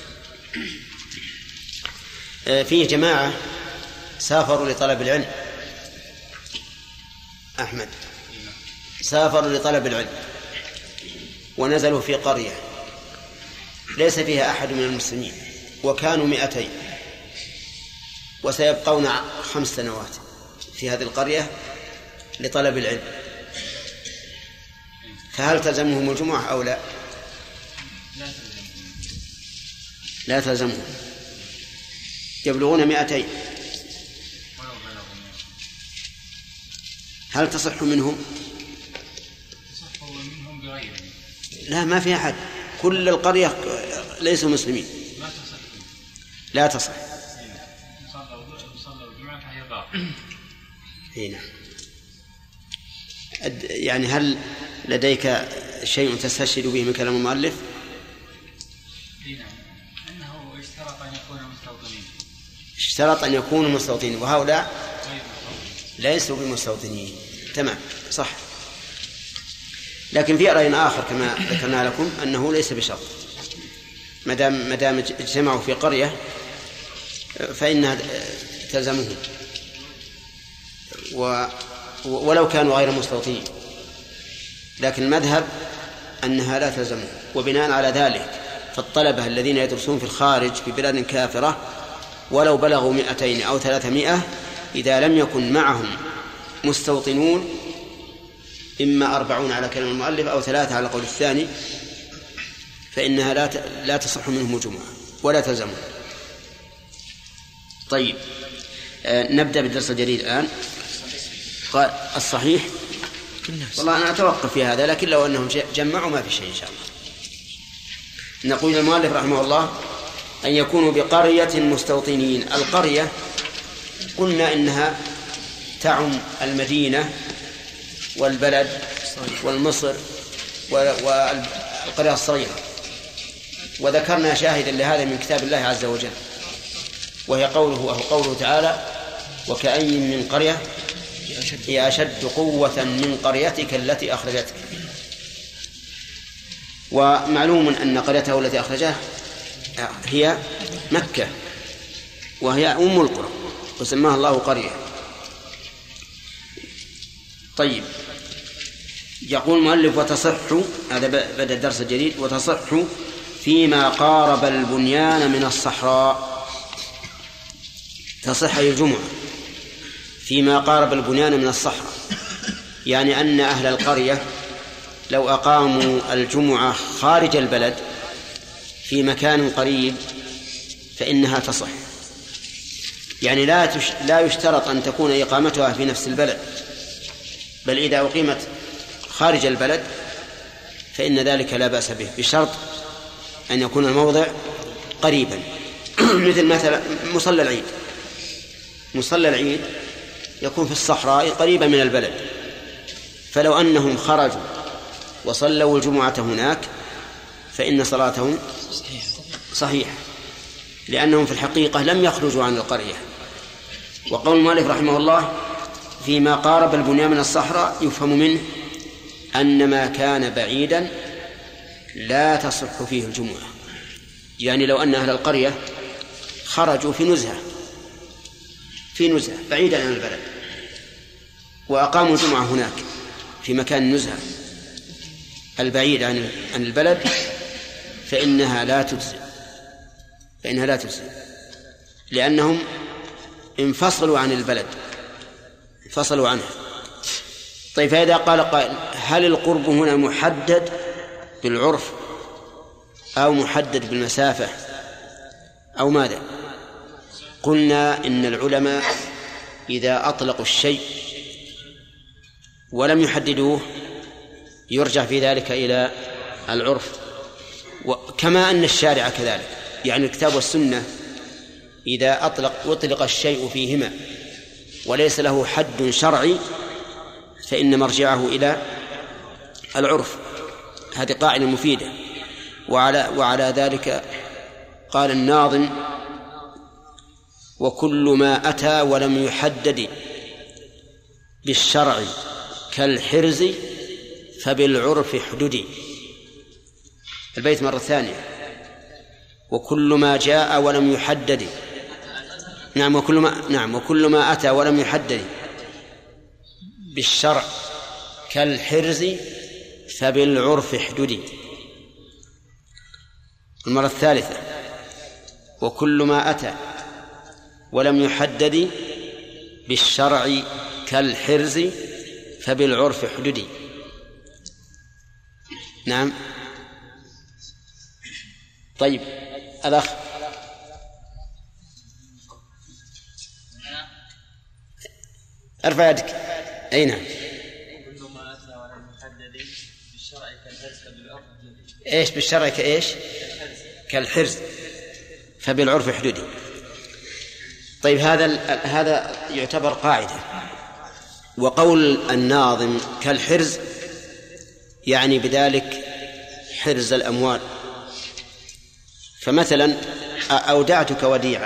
فيه جماعة سافروا لطلب العلم. أحمد سافروا لطلب العلم ونزلوا في قرية ليس فيها أحد من المسلمين وكانوا مئتين وسيبقون خمس سنوات في هذه القرية لطلب العلم، فهل تلزمهم الجمعة أو لا؟ لا تلزمهم يبلغون مئتين هل تصح منهم؟ تصح منهم بغيرهم. لا ما في أحد، كل القرية ليسوا مسلمين. ما تصح. لا تصح. صلوا الجمعة فهي باطلة. هنا يعني هل لديك شيء تستشهد به من كلام المؤلف؟ نعم، أنه اشترط أن يكونوا مستوطنين. اشترط أن يكونوا مستوطنين وهؤلاء ليسوا بمستوطنين. تمام صح. لكن في رأي آخر كما ذكرنا لكم أنه ليس بشرط، ما دام ما دام اجتمعوا في قرية فإنها تلزمهم و ولو كانوا غير مستوطنين، لكن المذهب أنها لا تلزمهم. وبناء على ذلك فالطلبة الذين يدرسون في الخارج في بلاد كافرة ولو بلغوا مئتين أو ثلاثمائة إذا لم يكن معهم مستوطنون إما أربعون على كلام المؤلف أو ثلاثة على قول الثاني فإنها لا لا تصح منهم الجمعة ولا تلزمهم. طيب آه نبدأ بالدرس الجديد الآن. قال الصحيح والله أنا أتوقف في هذا، لكن لو أنهم جمعوا ما في شيء إن شاء الله. نقول المؤلف رحمه الله أن يكونوا بقرية مستوطنين. القرية قلنا إنها تعم المدينة والبلد والمصر والقرية الصغيرة، وذكرنا شاهدا لهذا من كتاب الله عز وجل وهي قوله وهو قوله تعالى وكأي من قرية هي أشد قوة من قريتك التي أخرجتك. ومعلوم أن قريته التي أخرجها هي مكة وهي أم القرى وسماها الله قرية. طيب يقول المؤلف وتصح، هذا بدأ الدرس الجديد، وتصح فيما قارب البنيان من الصحراء. تصح الجمعة فيما قارب البنيان من الصحراء، يعني أن أهل القرية لو أقاموا الجمعة خارج البلد في مكان قريب فإنها تصح. يعني لا لا يشترط أن تكون إقامتها في نفس البلد، بل إذا أقيمت خارج البلد فإن ذلك لا بأس به بشرط أن يكون الموضع قريبا. مثل مثلا مصلى العيد، مصلى العيد يكون في الصحراء قريبا من البلد، فلو أنهم خرجوا وصلوا الجمعة هناك فإن صلاتهم صحيحة لأنهم في الحقيقة لم يخرجوا عن القرية. وقول المؤلف رحمه الله فيما قارب البنيان من الصحراء يفهم منه أن ما كان بعيدا لا تصح فيه الجمعة. يعني لو أن أهل القرية خرجوا في نزهة في نزهة بعيدا عن البلد وأقاموا الجمعة هناك في مكان النزهة البعيد عن عن البلد فإنها لا تجزئ فإنها لا تجزئ لأنهم انفصلوا عن البلد، انفصلوا عنها. طيب فإذا قال قائل هل القرب هنا محدد بالعرف أو محدد بالمسافة أو ماذا؟ قلنا إن العلماء إذا أطلقوا الشيء ولم يحددوه يرجع في ذلك إلى العرف، وكما أن الشارع كذلك، يعني الكتاب والسنة إذا أطلق أطلق الشيء فيهما وليس له حد شرعي فإن مرجعه إلى العرف. هذه قاعدة مفيدة. وعلى, وعلى ذلك قال الناظم وكل ما أتى ولم يحدد بالشرع كالحرز فبالعرف حددي. البيت مرة ثانية وكل ما جاء ولم يحدد نعم وكل ما نعم وكل ما أتى ولم يحدد بالشرع كالحرز فبالعرف حددي. المرة الثالثة وكل ما أتى ولم يحدد بالشرع كالحرز فبالعرف حددي. نعم طيب الأخ ارفع يدك. أي نعم. ايش بالشرع كايش؟ كالحرز، فبالعرف حدودي. طيب هذا هذا يعتبر قاعدة. وقول الناظم كالحرز يعني بذلك حرز الأموال. فمثلا أودعتك وديعة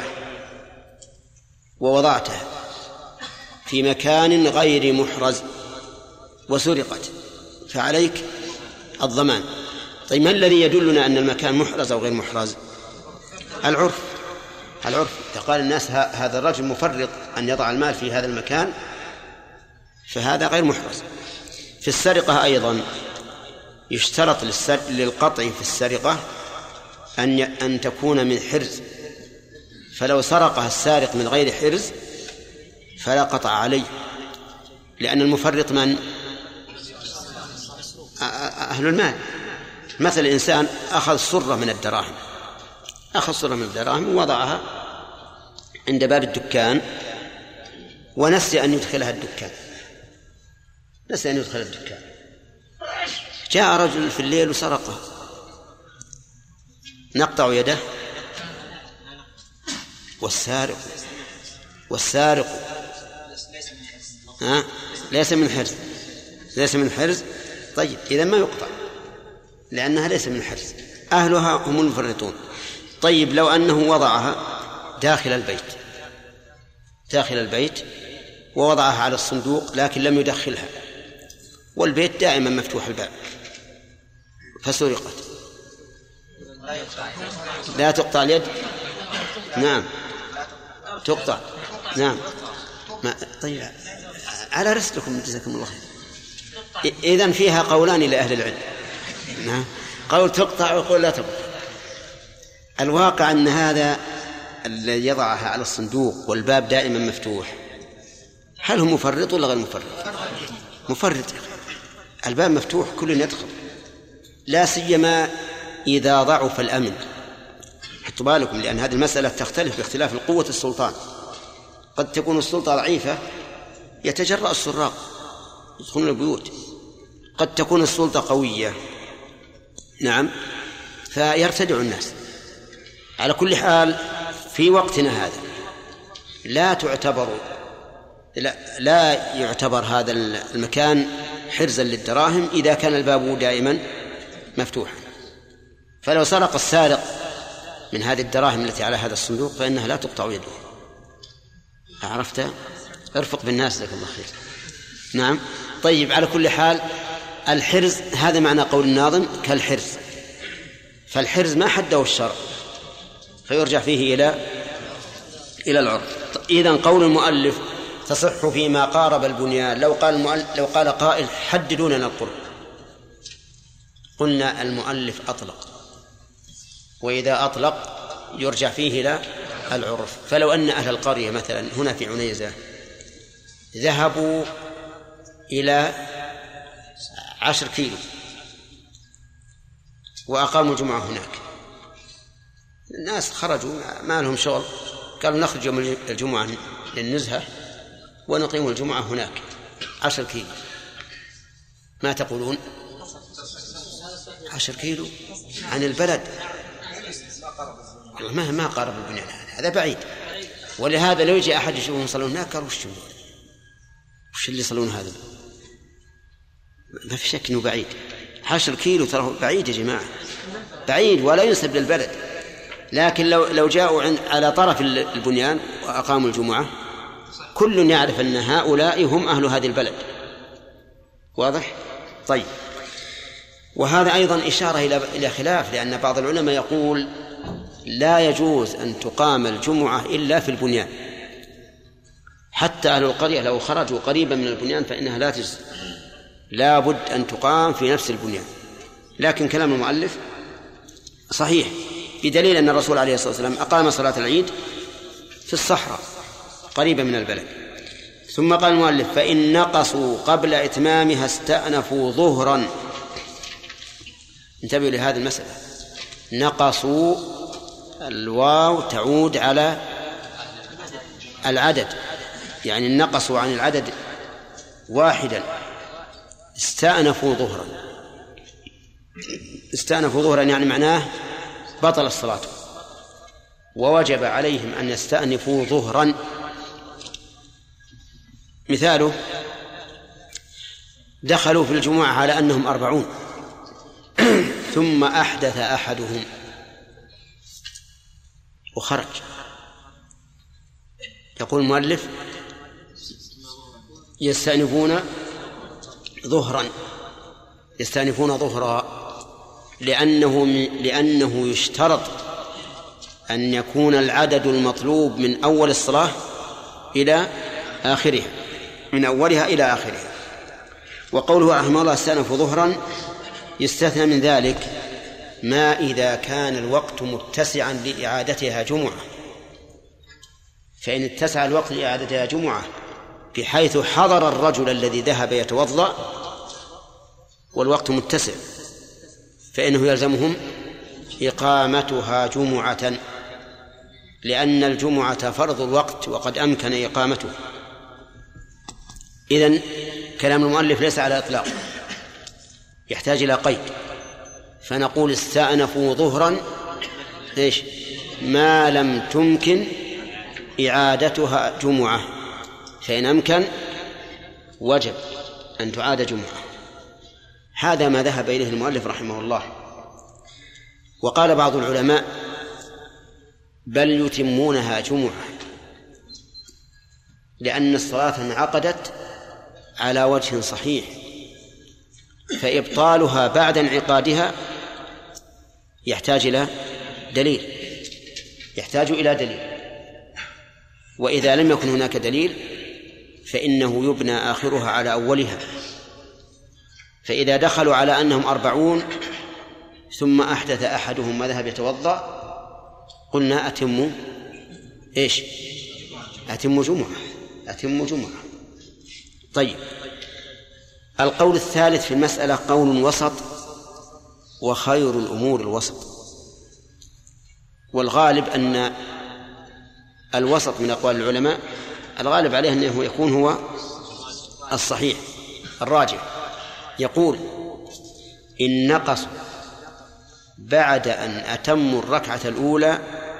ووضعتها في مكان غير محرز وسرقت، فعليك الضمان. طيب ما الذي يدلنا أن المكان محرز أو غير محرز؟ العرف. العرف قال الناس هذا الرجل مفرط أن يضع المال في هذا المكان، فهذا غير محرز. في السرقة أيضا يشترط للقطع في السرقة أن أن تكون من حرز، فلو سرقها السارق من غير حرز فلا قطع عليه، لأن المفرط من؟ أهل المال. مثل إنسان أخذ صرة من الدراهم أخذ صرة من الدراهم ووضعها عند باب الدكان ونسي أن يدخلها الدكان نسي أن يدخل الدكان جاء رجل في الليل وسرقه، نقطع يده؟ والسارق والسارق ها ليس من حرز ليس من حرز طيب إذا ما يقطع لأنها ليس من حرز، أهلها هم المفرطون. طيب لو أنه وضعها داخل البيت داخل البيت ووضعها على الصندوق لكن لم يدخلها، والبيت دائما مفتوح الباب فسرقت، لا تقطع اليد؟ نعم تقطع. نعم ما طيب على رسلكم جزاكم الله خير. إذن فيها قولان لأهل العلم، نعم قول تقطع وقول لا تقطع. الواقع أن هذا الذي يضعها على الصندوق والباب دائما مفتوح هل هو مفرط ولا غير مفرط؟ مفرط. الباب مفتوح كل يدخل، لا سيما إذا ضعف الأمن. حطوا بالكم لأن هذه المسألة تختلف باختلاف القوة السلطان. قد تكون السلطة ضعيفة يتجرأ السراق يدخلون البيوت، قد تكون السلطة قوية نعم فيرتدع الناس. على كل حال في وقتنا هذا لا تعتبر لا, لا يعتبر هذا المكان حرزا للدراهم إذا كان الباب دائما مفتوحا. فلو سرق السارق من هذه الدراهم التي على هذا الصندوق فإنها لا تقطع يده. عرفت؟ ارفق بالناس لك الله خير. نعم طيب على كل حال الحرز هذا معنى قول الناظم كالحرز، فالحرز ما حده الشرع فيرجع فيه إلى إلى العرف. إذن قول المؤلف تصح فيما قارب البنيان. لو قال المؤلف لو قال قائل حددوا لنا القرب قلنا المؤلف أطلق، وإذا أطلق يرجع فيه إلى العرف. فلو أن أهل القرية مثلا هنا في عنيزة ذهبوا إلى عشر كيلو وأقاموا الجمعة هناك، الناس خرجوا ما لهم شغل قالوا نخرج يوم الجمعة للنزهة ونقيم الجمعة هناك عشر كيلو، ما تقولون؟ عشر كيلو عن البلد ما ما قارب البنيان، هذا بعيد. ولهذا لو يجي أحد يشوفهم يصلون هناك قالوا وش وش اللي يصلون هذا؟ ما في شك إنه بعيد. عشر كيلو ترى بعيد يا جماعة، بعيد ولا ينسب للبلد. لكن لو لو جاءوا على طرف البنيان وأقاموا الجمعة كل يعرف أن هؤلاء هم أهل هذه البلد. واضح؟ طيب وهذا أيضا إشارة إلى إلى خلاف، لأن بعض العلماء يقول لا يجوز أن تقام الجمعة إلا في البنيان، حتى أهل القرية لو خرجوا قريبا من البنيان فإنها لا تجوز، لا بد أن تقام في نفس البنيان. لكن كلام المؤلف صحيح بدليل أن الرسول عليه الصلاة والسلام أقام صلاة العيد في الصحراء قريبا من البلد. ثم قال المؤلف فإن نقصوا قبل إتمامها استأنفوا ظهرا. انتبهوا لهذه المسألة، نقصوا، الواو تعود على العدد، يعني نقصوا عن العدد واحدا، استأنفوا ظهرا. استأنفوا ظهرا يعني معناه بطل الصلاة، ووجب عليهم أن يستأنفوا ظهرا. مثاله: دخلوا في الجمعة على أنهم أربعون ثم أحدث أحدهم وخرج. يقول المؤلف: يستأنفون ظهرا، يستأنفون ظهرا لأنه لأنه يشترط أن يكون العدد المطلوب من أول الصلاة إلى آخرها، من أولها إلى آخرها. وقوله رحمه الله استأنفوا ظهرا يستثنى من ذلك ما إذا كان الوقت متسعا لإعادتها جمعة، فإن اتسع الوقت لإعادتها جمعة بحيث حضر الرجل الذي ذهب يتوضأ والوقت متسع، فإنه يلزمهم إقامتها جمعة، لأن الجمعة فرض الوقت وقد أمكن إقامته. إذن كلام المؤلف ليس على إطلاق، يحتاج إلى قيد، فنقول استأنفوا ظهرا إيش؟ ما لم تمكن إعادتها جمعة، فإن أمكن وجب أن تعاد جمعة. هذا ما ذهب إليه المؤلف رحمه الله. وقال بعض العلماء: بل يتمونها جمعة، لأن الصلاة انعقدت على وجه صحيح، فإبطالها بعد انعقادها يحتاج إلى دليل، يحتاج إلى دليل، وإذا لم يكن هناك دليل فإنه يبنى آخرها على أولها. فإذا دخلوا على أنهم أربعون ثم أحدث أحدهم ما ذهب يتوضأ، قلنا أتموا إيش؟ أتموا جمعة، أتموا جمعة. طيب، القول الثالث في المسألة قول وسط، وخير الأمور الوسط. والغالب أن الوسط من أقوال العلماء الغالب عليه أنه يكون هو الصحيح الراجح. يقول: إن نقصوا بعد أن أتموا الركعة الأولى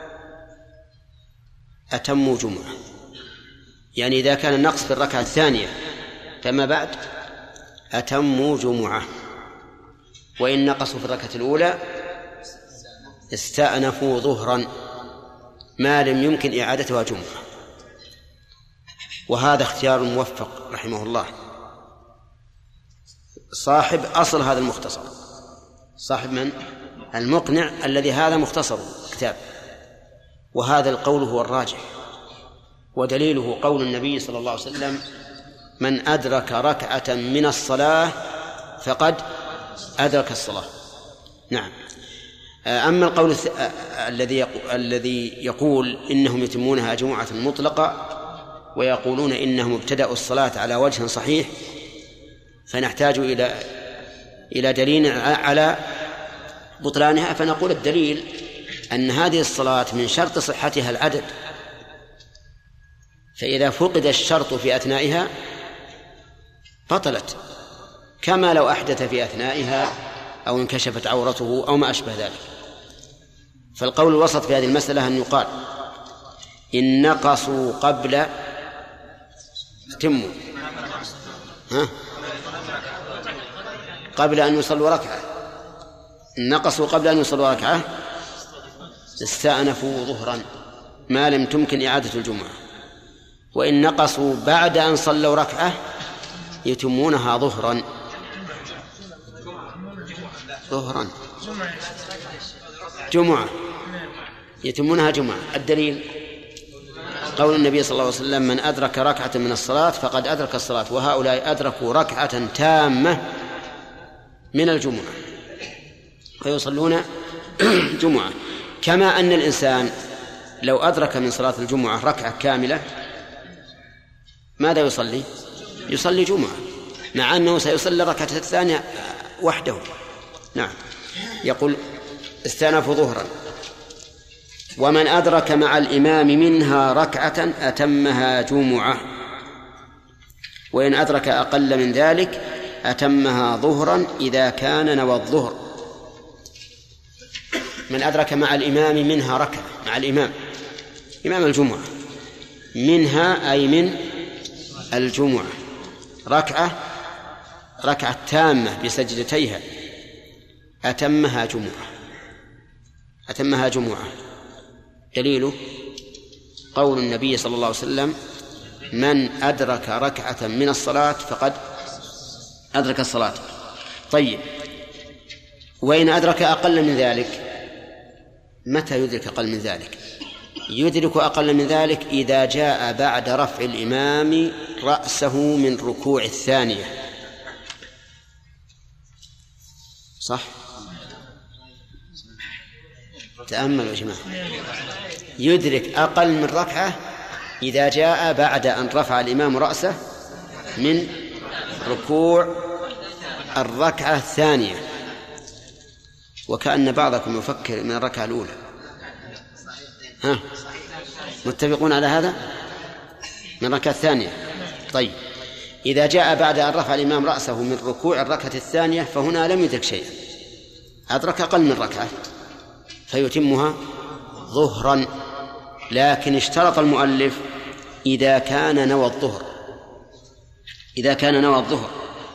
أتموا جمعة، يعني إذا كان النقص في الركعة الثانية فما بعد أتموا جمعة، وإن نقصوا في الركعة الأولى استأنفوا ظهرا ما لم يمكن إعادتها جمعة. وهذا اختيار موفق رحمه الله، صاحب أصل هذا المختصر، صاحب من؟ المقنع الذي هذا مختصر كتاب. وهذا القول هو الراجح، ودليله قول النبي صلى الله عليه وسلم: من أدرك ركعة من الصلاة فقد أدرك الصلاة. نعم. أما القول الذي الذي يقول إنهم يتمونها جمعة مطلقة ويقولون إنهم ابتدأوا الصلاة على وجه صحيح، فنحتاج إلى إلى دليل على بطلانها. فنقول الدليل أن هذه الصلاة من شرط صحتها العدد، فإذا فقد الشرط في أثنائها بطلت، كما لو أحدث في أثنائها أو انكشفت عورته أو ما أشبه ذلك. فالقول الوسط في هذه المسألة أن يقال: إن نقصوا قبل تموا ها قبل أن يصلوا ركعة، إن نقصوا قبل أن يصلوا ركعة استأنفوا ظهرا ما لم تمكن إعادة الجمعة، وإن نقصوا بعد أن صلوا ركعة يتمونها ظهرا ظهرا جمعة يتمونها جمعة. الدليل قول النبي صلى الله عليه وسلم: من أدرك ركعة من الصلاة فقد أدرك الصلاة، وهؤلاء أدركوا ركعة تامة من الجمعة فيصلون جمعة. كما أن الإنسان لو أدرك من صلاة الجمعة ركعة كاملة ماذا يصلي؟ يصلي جمعة، مع أنه سيصلي الركعة الثانية وحده. نعم. يقول استأنفوا ظهرا. ومن أدرك مع الإمام منها ركعة أتمها جمعة، وإن أدرك أقل من ذلك أتمها ظهرا إذا كان نوى الظهر. من أدرك مع الإمام منها ركعة، مع الإمام إمام الجمعة، منها أي من الجمعة ركعة، ركعة تامة بسجدتيها، أتمها جمعة، أتمها جمعة. دليله قول النبي صلى الله عليه وسلم: من أدرك ركعة من الصلاة فقد أدرك الصلاة. طيب، وإن أدرك أقل من ذلك، متى يدرك أقل من ذلك؟ يدرك أقل من ذلك إذا جاء بعد رفع الإمام رأسه من ركوع الثانية. صح؟ تأملوا يا جماعة. يدرك أقل من ركعة إذا جاء بعد أن رفع الإمام رأسه من ركوع الركعة الثانية. وكأن بعضكم يفكر من الركعة الأولى. ها، متفقون على هذا؟ من الركعة الثانية. طيب، إذا جاء بعد أن رفع الإمام رأسه من ركوع الركعة الثانية فهنا لم يدرك شيئا، أدرك أقل من ركعة فيتمها ظهرا. لكن اشترط المؤلف إذا كان نوى الظهر، إذا كان نوى الظهر.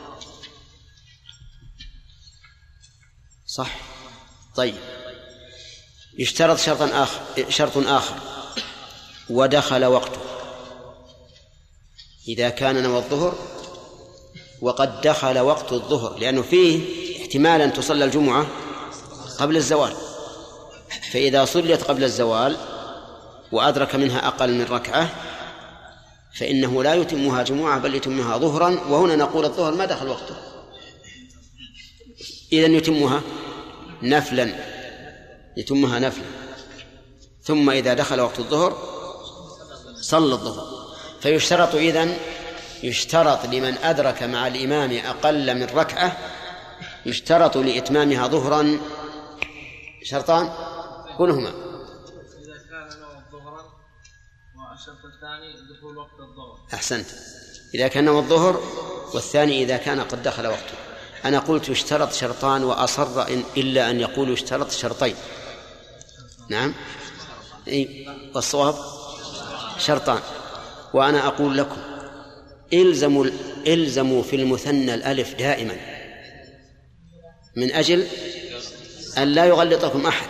صح؟ طيب، يشترط شرطا آخر، شرط آخر ودخل وقته. إذا كان نوى الظهر وقد دخل وقت الظهر، لأنه فيه احتمالا تصلى الجمعة قبل الزوال، فإذا صليت قبل الزوال وأدرك منها أقل من ركعة فإنه لا يتمها جمعة بل يتمها ظهرا. وهنا نقول الظهر ما دخل وقته، إذن يتمها نفلا، يتمها نفلا. ثم إذا دخل وقت الظهر صلى الظهر. فيشترط إذن، يشترط لمن أدرك مع الإمام أقل من ركعة، يشترط لإتمامها ظهرا شرطان، كلهما. إذا كان نوى ظهرا، والشرط الثاني دخول وقت الظهر. أحسنت، إذا كان نوى الظهر، والثاني إذا كان قد دخل وقته. أنا قلت يشترط شرطان وأصر إن إلا أن يقول يشترط شرطين. نعم، إيه، والصواب شرطان. وأنا أقول لكم إلزموا إلزموا في المثنى الألف دائما من أجل أن لا يغلطكم أحد.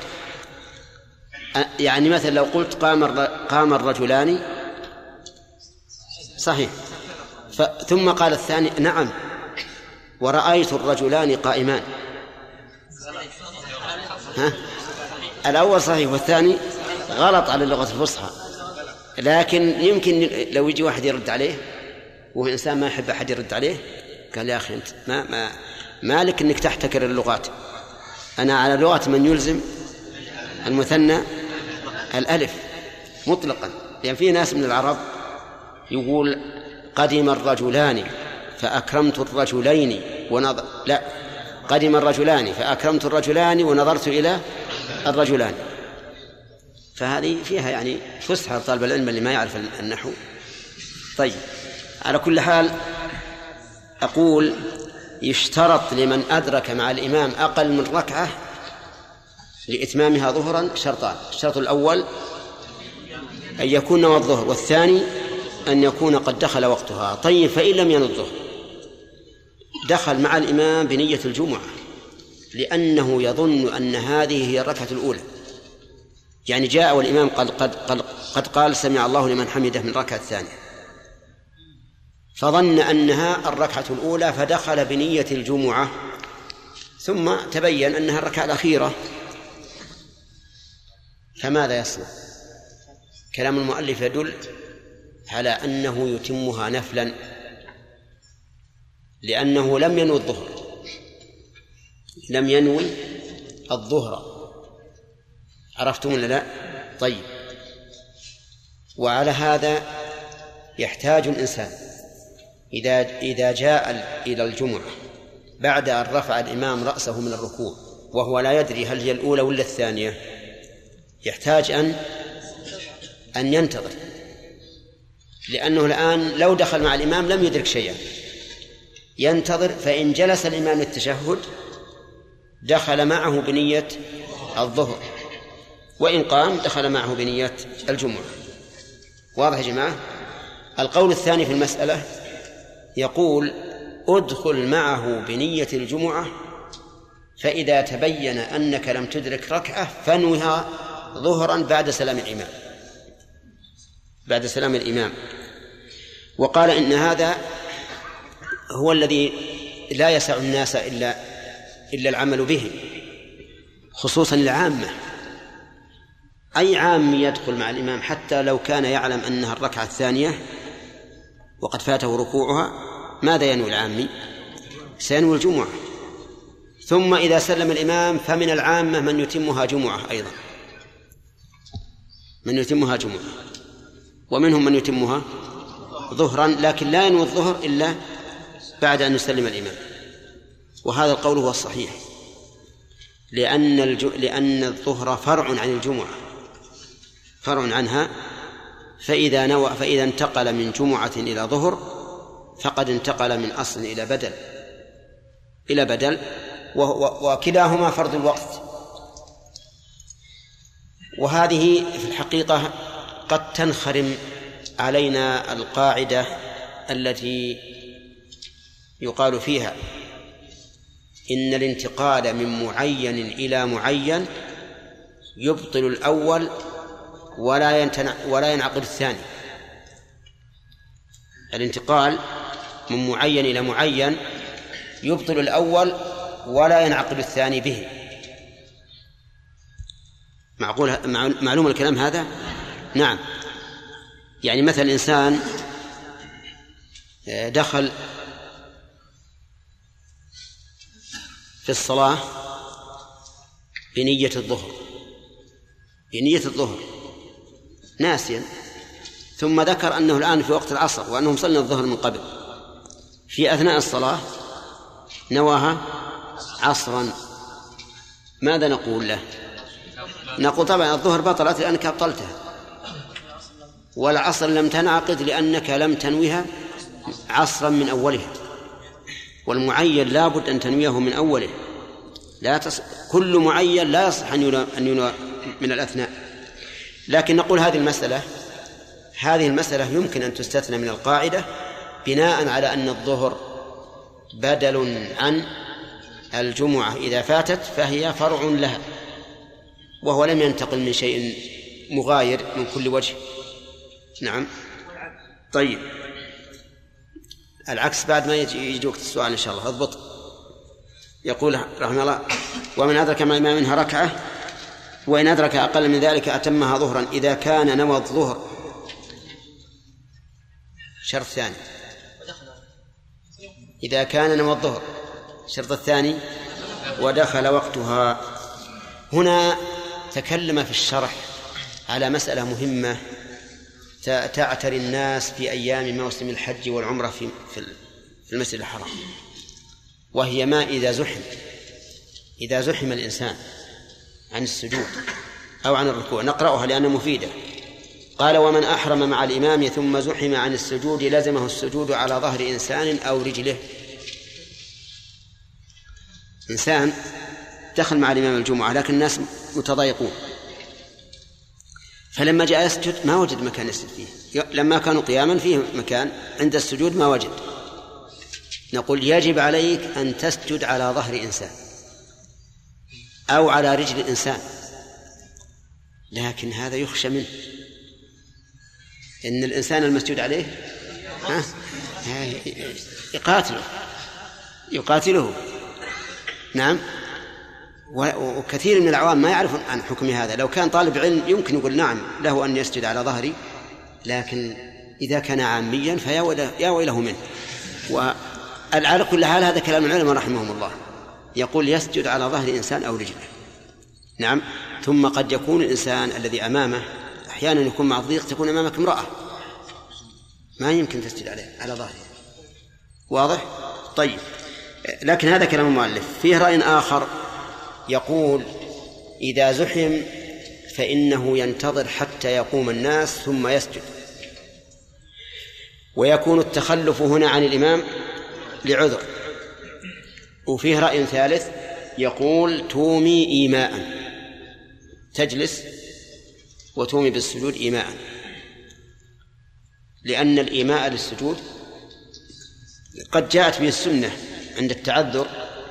يعني مثلا لو قلت قام قام الرجلان، صحيح، ثم قال الثاني نعم ورأيت الرجلان قائمان، ها؟ الأول صحيح والثاني غلط على اللغة الفصحى. لكن يمكن لو يجي واحد يرد عليه وهو إنسان ما يحب أحد يرد عليه، قال يا أخي أنت ما ما مالك إنك تحتكر اللغات. أنا على لغة من يلزم المثنى الألف مطلقا، لأن في ناس من العرب يقول قدم الرجلان فأكرمت الرجلين ونظر، لا، قدم الرجلان فأكرمت الرجلان ونظرت إلى الرجلان. فهذه فيها يعني فسحة طالب العلم اللي ما يعرف النحو. طيب، على كل حال أقول يشترط لمن أدرك مع الإمام أقل من ركعة لإتمامها ظهرا شرطان. الشرط الأول أن يكون نوى الظهر، والثاني أن يكون قد دخل وقتها. طيب، فإن لم ينوي الظهر دخل مع الإمام بنية الجمعة، لأنه يظن أن هذه هي الركعة الأولى. يعني جاء والإمام قد, قد, قد, قد قال سمع الله لمن حمده من الركعة الثانية، فظن أنها الركعة الأولى فدخل بنية الجمعة، ثم تبين أنها الركعة الأخيرة. فماذا يصنع؟ كلام المؤلف يدل على أنه يتمها نفلا، لأنه لم ينوي الظهر، لم ينوي الظهر. عرفتم ولا لا؟ طيب، وعلى هذا يحتاج الإنسان إذا إذا جاء إلى الجمعة بعد أن رفع الإمام رأسه من الركوع وهو لا يدري هل هي الأولى ولا الثانية يحتاج أن أن ينتظر، لأنه الآن لو دخل مع الإمام لم يدرك شيئا، ينتظر، فإن جلس الإمام للتشهد دخل معه بنية الظهر، وإن قام دخل معه بنية الجمعة. واضح يا جماعة؟ القول الثاني في المسألة يقول ادخل معه بنية الجمعة، فإذا تبين أنك لم تدرك ركعة فانوها ظهرا بعد سلام الإمام بعد سلام الإمام وقال إن هذا هو الذي لا يسع الناس إلا إلا العمل به، خصوصا العامة. أي عام يدخل مع الإمام حتى لو كان يعلم أنها الركعة الثانية وقد فاته ركوعها، ماذا ينوي العامي؟ سينوي الجمعة. ثم إذا سلم الإمام فمن العامة من يتمها جمعة أيضا، من يتمها جمعة، ومنهم من يتمها ظهرا، لكن لا ينوي الظهر إلا بعد أن يسلم الإمام. وهذا القول هو الصحيح، لأن الج... لأن الظهر فرع عن الجمعة، فرع عنها، فإذا نوى فإذا انتقل من جمعة إلى ظهر فقد انتقل من أصل إلى بدل إلى بدل و... و... وكلاهما فرض الوقت. وهذه في الحقيقة قد تنخرم علينا القاعدة التي يقال فيها إن الانتقال من معين إلى معين يبطل الأول ولا ينتنع ولا ينعقد الثاني. الانتقال من معين إلى معين يبطل الأول ولا ينعقد الثاني به. معقول معلوم الكلام هذا؟ نعم. يعني مثل إنسان دخل في الصلاة بنية الظهر بنية الظهر ناسيا، ثم ذكر أنه الآن في وقت العصر وأنهم صلنا الظهر من قبل، في أثناء الصلاة نواها عصرا، ماذا نقول له؟ نقول طبعا الظهر بطلت لأنك أبطلتها، والعصر لم تنعقد لأنك لم تنويها عصرا من أولها، والمعين لا بد أن تنويه من أوله، لا تص... كل معين لا يصح أن ينوى من الأثناء. لكن نقول هذه المسألة هذه المسألة يمكن أن تستثنى من القاعدة بناء على أن الظهر بدل عن الجمعة إذا فاتت فهي فرع لها، وهو لم ينتقل من شيء مغاير من كل وجه. نعم. طيب العكس بعد ما يجيك السؤال إن شاء الله اضبط. يقول رحمه الله ومن أدرك مع الإمام منها ركعة وإن أدرك أقل من ذلك أتمها ظهرا إذا كان نوى الظهر. شرط ثاني إذا كان نوى الظهر. الشرط الثاني ودخل وقتها. هنا تكلم في الشرح على مسألة مهمة تعتري الناس في أيام موسم الحج والعمرة في في المسجد الحرام، وهي ما إذا زحم إذا زحم الإنسان عن السجود أو عن الركوع. نقرأها لأنها مفيدة. قال ومن أحرم مع الإمام ثم زحم عن السجود لزمه السجود على ظهر إنسان أو رجله. إنسان دخل مع الإمام الجمعة لكن الناس متضايقون، فلما جاء يسجد ما وجد مكان يسجد فيه، لما كانوا قياما فيه مكان عند السجود ما وجد. نقول يجب عليك أن تسجد على ظهر إنسان أو على رجل إنسان، لكن هذا يخشى منه إن الإنسان المسجود عليه ها يقاتله يقاتله نعم. وكثير من العوام ما يعرفون عن حكم هذا. لو كان طالب علم يمكن يقول نعم له أن يسجد على ظهري، لكن إذا كان عاميا فيا ويله منه. وعلى كل حال هذا كلام العلماء رحمهم الله، يقول يسجد على ظهر إنسان أو رجله. نعم. ثم قد يكون الإنسان الذي أمامه أحيانا يكون مع الضيق، تكون أمامك امرأة ما يمكن تسجد عليه على ظهره. واضح؟ طيب. لكن هذا كلام المؤلف. فيه رأي آخر يقول إذا زحم فإنه ينتظر حتى يقوم الناس ثم يسجد، ويكون التخلف هنا عن الإمام لعذر. وفيه رأي ثالث يقول تومي إيماء، تجلس وتومي بالسجود إيماء، لأن الإيماء للسجود قد جاءت به السنة عند التعذر،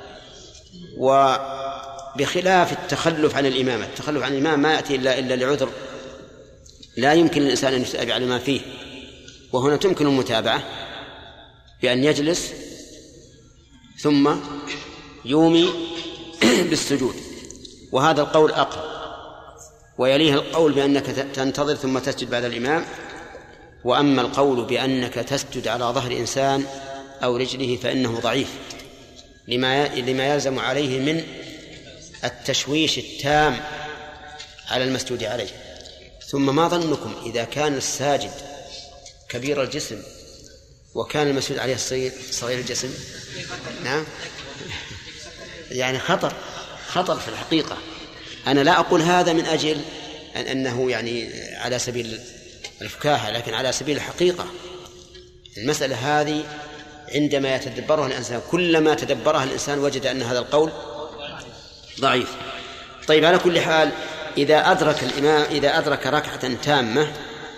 وبخلاف التخلف عن الإمامة. التخلف عن الإمام ما يأتي إلا, إلا لعذر لا يمكن للإنسان أن يتابع على ما فيه، وهنا تمكن المتابعة بأن يجلس ثم يومي بالسجود، وهذا القول أقرب. ويليه القول بأنك تنتظر ثم تسجد بعد الإمام. وأما القول بأنك تسجد على ظهر إنسان أو رجله فإنه ضعيف لما لما يلزم عليه من التشويش التام على المسجود عليه. ثم ما ظنكم إذا كان الساجد كبير الجسم وكان المسجود عليه صغير الجسم؟ نعم، يعني خطر خطر في الحقيقة. أنا لا أقول هذا من أجل أن أنه يعني على سبيل الفكاهة، لكن على سبيل الحقيقة. المسألة هذه عندما يتدبرها الإنسان، كلما تدبرها الإنسان وجد أن هذا القول ضعيف. طيب، على كل حال إذا أدرك الإمام إذا أدرك ركعة تامة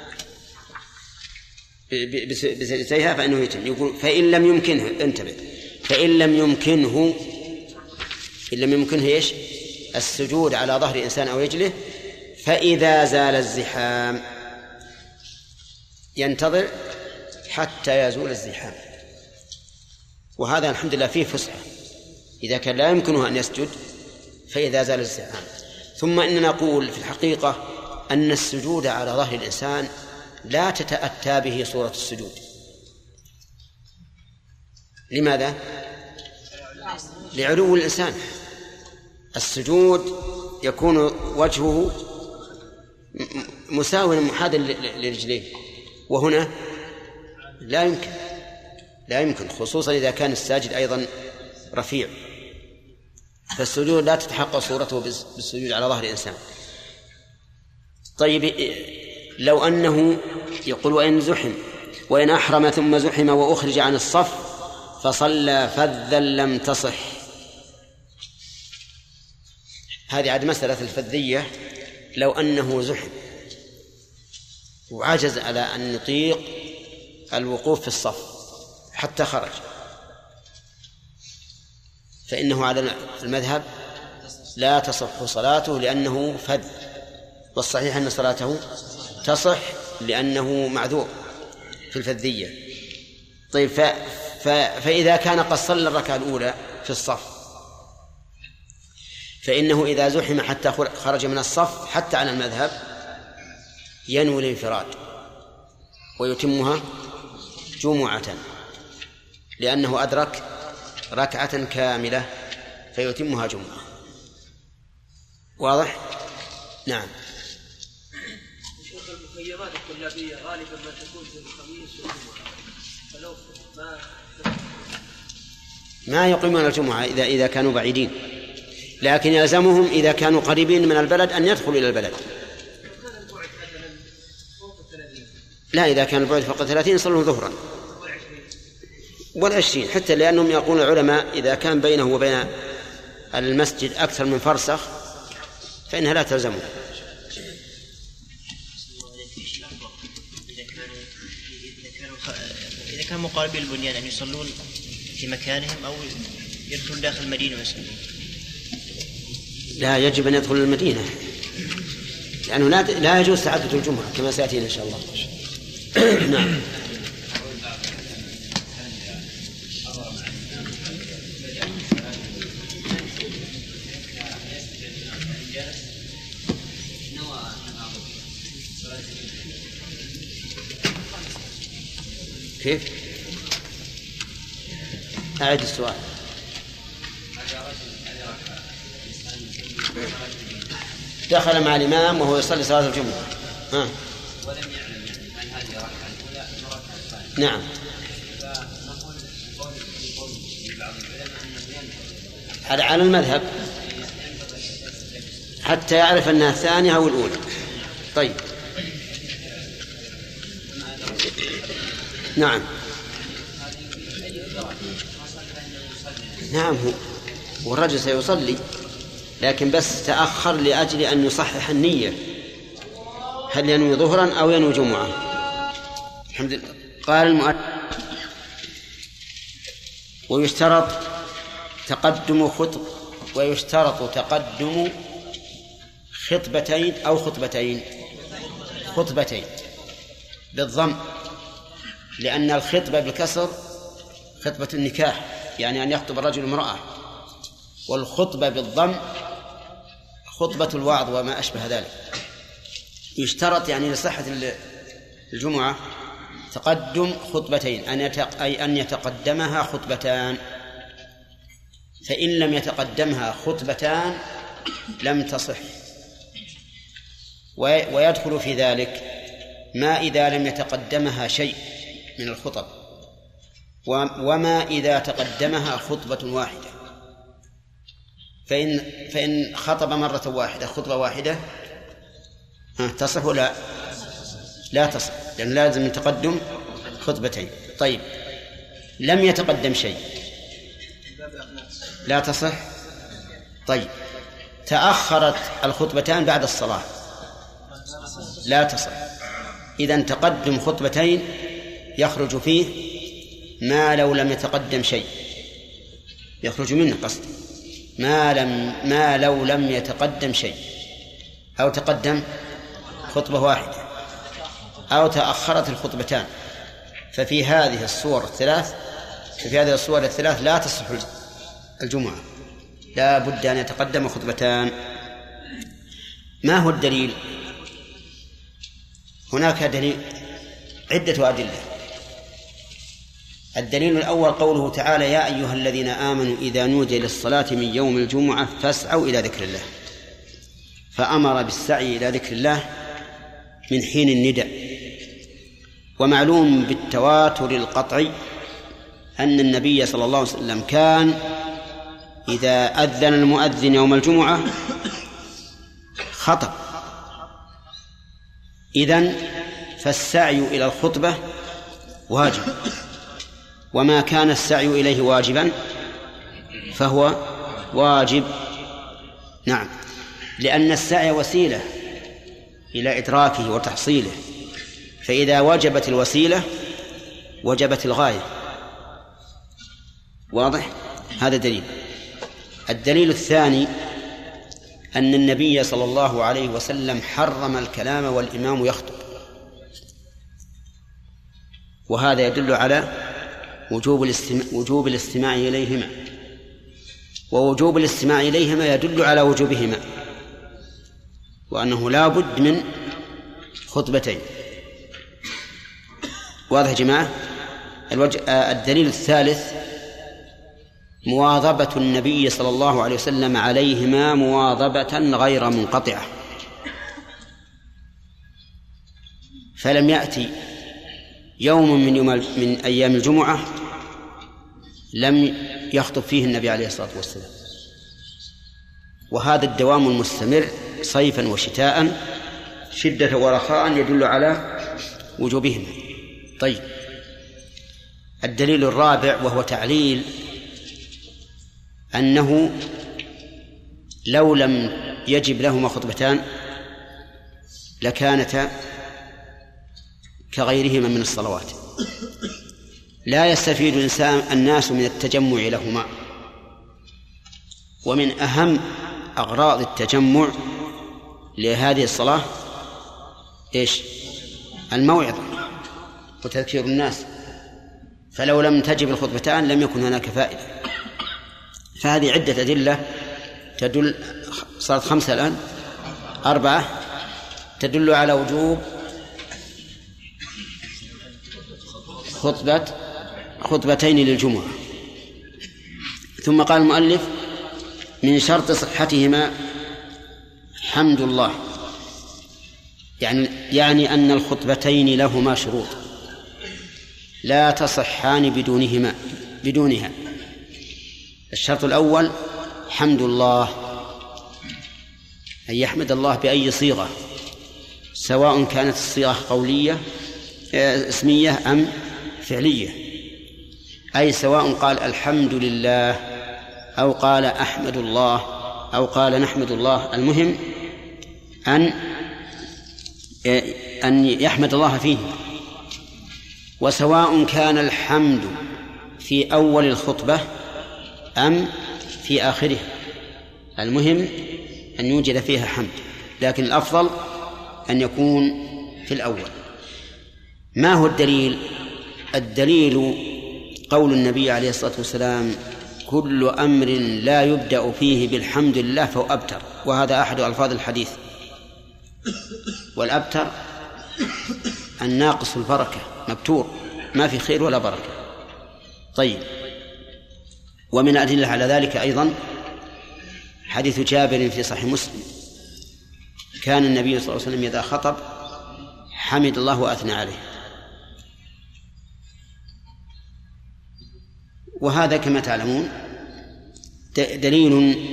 بسجدتيها فإنه يتم. يقول فإن لم يمكنه، انتبه، فإن لم يمكنه إن لم يمكنه إيش؟ السجود على ظهر إنسان أو رجله، فإذا زال الزحام ينتظر حتى يزول الزحام. وهذا الحمد لله فيه فسحة، إذا كان لا يمكنه أن يسجد فإذا زال الزحام. ثم إننا نقول في الحقيقة أن السجود على ظهر الإنسان لا تتأتى به صورة السجود. لماذا؟ لعلو الإنسان. السجود يكون وجهه مساويا محاذا لرجليه، وهنا لا يمكن لا يمكن خصوصا إذا كان الساجد أيضا رفيع، فالسجود لا تتحقق صورته بالسجود على ظهر الإنسان. طيب، لو أنه يقول وإن زحم وإن أحرم ثم زحم وأخرج عن الصف فصلى فذا لم تصح. هذه عاد مسألة الفذية. لو أنه زحم وعجز على أن يطيق الوقوف في الصف حتى خرج، فإنه على المذهب لا تصح صلاته لأنه فذ، والصحيح أن صلاته تصح لأنه معذور في الفذية. طيب، ف... ف... فإذا كان قد صلى الركعة الأولى في الصف فإنه إذا زحم حتى خرج من الصف حتى على المذهب ينوي الانفراد ويتمها جمعة، لأنه أدرك ركعة كاملة فيتمها جمعة. واضح؟ نعم. شيخ، المخيرات الطلابية غالبا ما تكون في الخميس والجمعة، فلو ما ما يقيمون الجمعة إذا إذا كانوا بعيدين، لكن يلزمهم إذا كانوا قريبين من البلد أن يدخلوا إلى البلد. لا، إذا كان البعد فوق ثلاثين صلوا ظهرا والعشرين، حتى لأنهم يقولون العلماء إذا كان بينه وبين المسجد أكثر من فرسخ فإنها لا تلزمه. إذا كانوا مقاربي البنيان أن يصلون في مكانهم أو يدخلون داخل المدينة ويصلون؟ لا، يجب أن يدخل المدينة، لأنه لا لا يجوز تعدد الجمعة كما سيأتينا إن شاء الله. نعم. كيف؟ أعد السؤال. دخل مع الإمام وهو يصلي صلاة الجمعة ها. ولم يعلم أن هذه ركعة الأولى أم ركعة الثانية. نعم. فنقول قول في قول بعض العلماء أنه ينبغي على على المذهب حتى يعرف أنها الثانية أو الأولى. طيب نعم نعم هو والرجل سيصلي لكن بس تأخر لأجل أن يصحح النية، هل ينوي ظهرا أو ينوي جمعة. الحمد لله. قال المؤلف ويشترط تقدم خطب ويشترط تقدم خطبتين أو خطبتين خطبتين بالضم، لأن الخطبة بالكسر خطبة النكاح يعني أن يخطب الرجل امرأة، والخطبة بالضم خطبة الوعظ وما أشبه ذلك. يشترط يعني لصحة الجمعة تقدم خطبتين أي أن يتقدمها خطبتان، فإن لم يتقدمها خطبتان لم تصح. ويدخل في ذلك ما إذا لم يتقدمها شيء من الخطب، وما إذا تقدمها خطبة واحدة. فإن فإن خطب مرة واحدة خطبة واحدة تصح ولا لا تصح، لأن لازم تقدم خطبتين. طيب لم يتقدم شيء لا تصح. طيب تأخرت الخطبتان بعد الصلاة لا تصح. إذن تقدم خطبتين يخرج فيه ما لو لم يتقدم شيء، يخرج منه قصد ما لم ما لو لم يتقدم شيء، أو تقدم خطبة واحدة أو تأخرت الخطبتان. ففي هذه الصور الثلاث في هذه الصور الثلاث لا تصح الجمعة، لا بد أن يتقدم خطبتان. ما هو الدليل؟ هناك دليل عدة أدلة. الدليل الأول قوله تعالى يا أيها الذين آمنوا إذا نودي للصلاة من يوم الجمعة فاسعوا إلى ذكر الله، فأمر بالسعي إلى ذكر الله من حين النداء. ومعلوم بالتواتر القطعي أن النبي صلى الله عليه وسلم كان إذا أذن المؤذن يوم الجمعة خطب. إذن فالسعي إلى الخطبة واجب، وما كان السعي إليه واجبا فهو واجب. نعم، لأن السعي وسيلة إلى إدراكه وتحصيله، فإذا وجبت الوسيلة وجبت الغاية. واضح؟ هذا دليل. الدليل الثاني أن النبي صلى الله عليه وسلم حرم الكلام والإمام يخطب، وهذا يدل على وجوب الاستماع, وجوب الاستماع إليهما، ووجوب الاستماع إليهما يدل على وجوبهما، وأنه لا بد من خطبتين. واضح يا جماعة؟ الدليل الثالث مواظبة النبي صلى الله عليه وسلم عليهما مواظبة غير منقطعة، فلم يأتي يوم من, يوم من أيام الجمعة لم يخطب فيه النبي عليه الصلاة والسلام. وهذا الدوام المستمر صيفا وشتاء شدة ورخاء يدل على وجوبهما. طيب، الدليل الرابع وهو تعليل أنه لو لم يجب لهما خطبتان لكانتا كغيرهما من الصلوات، لا يستفيد الإنسان الناس من التجمع لهما. ومن أهم أغراض التجمع لهذه الصلاة إيش؟ الموعظة وتذكير الناس، فلو لم تجب الخطبتان لم يكن هناك فائدة. فهذه عدة أدلة تدل، صارت خمسة الآن، أربعة تدل على وجوب خطبة خطبتين للجمعة. ثم قال المؤلف من شرط صحتهما حمد الله، يعني يعني أن الخطبتين لهما شروط لا تصحان بدونهما بدونها. الشرط الأول حمد الله، أن يحمد الله بأي صيغة، سواء كانت الصيغة قولية اسمية أم فعلية، أي سواء قال الحمد لله أو قال أحمد الله أو قال نحمد الله، المهم أن أن يحمد الله فيه. وسواء كان الحمد في أول الخطبة أم في آخره، المهم أن يوجد فيها حمد، لكن الأفضل أن يكون في الأول. ما هو الدليل؟ الدليل قول النبي عليه الصلاة والسلام: كل أمر لا يبدأ فيه بالحمد لله فهو أبتر، وهذا أحد ألفاظ الحديث. والأبتر الناقص البركة، مبتور، ما في خير ولا بركة. طيب، ومن الأدلة على ذلك أيضا حديث جابر في صحيح مسلم: كان النبي صلى الله عليه وسلم إذا خطب حمد الله وأثنى عليه. وهذا كما تعلمون دليل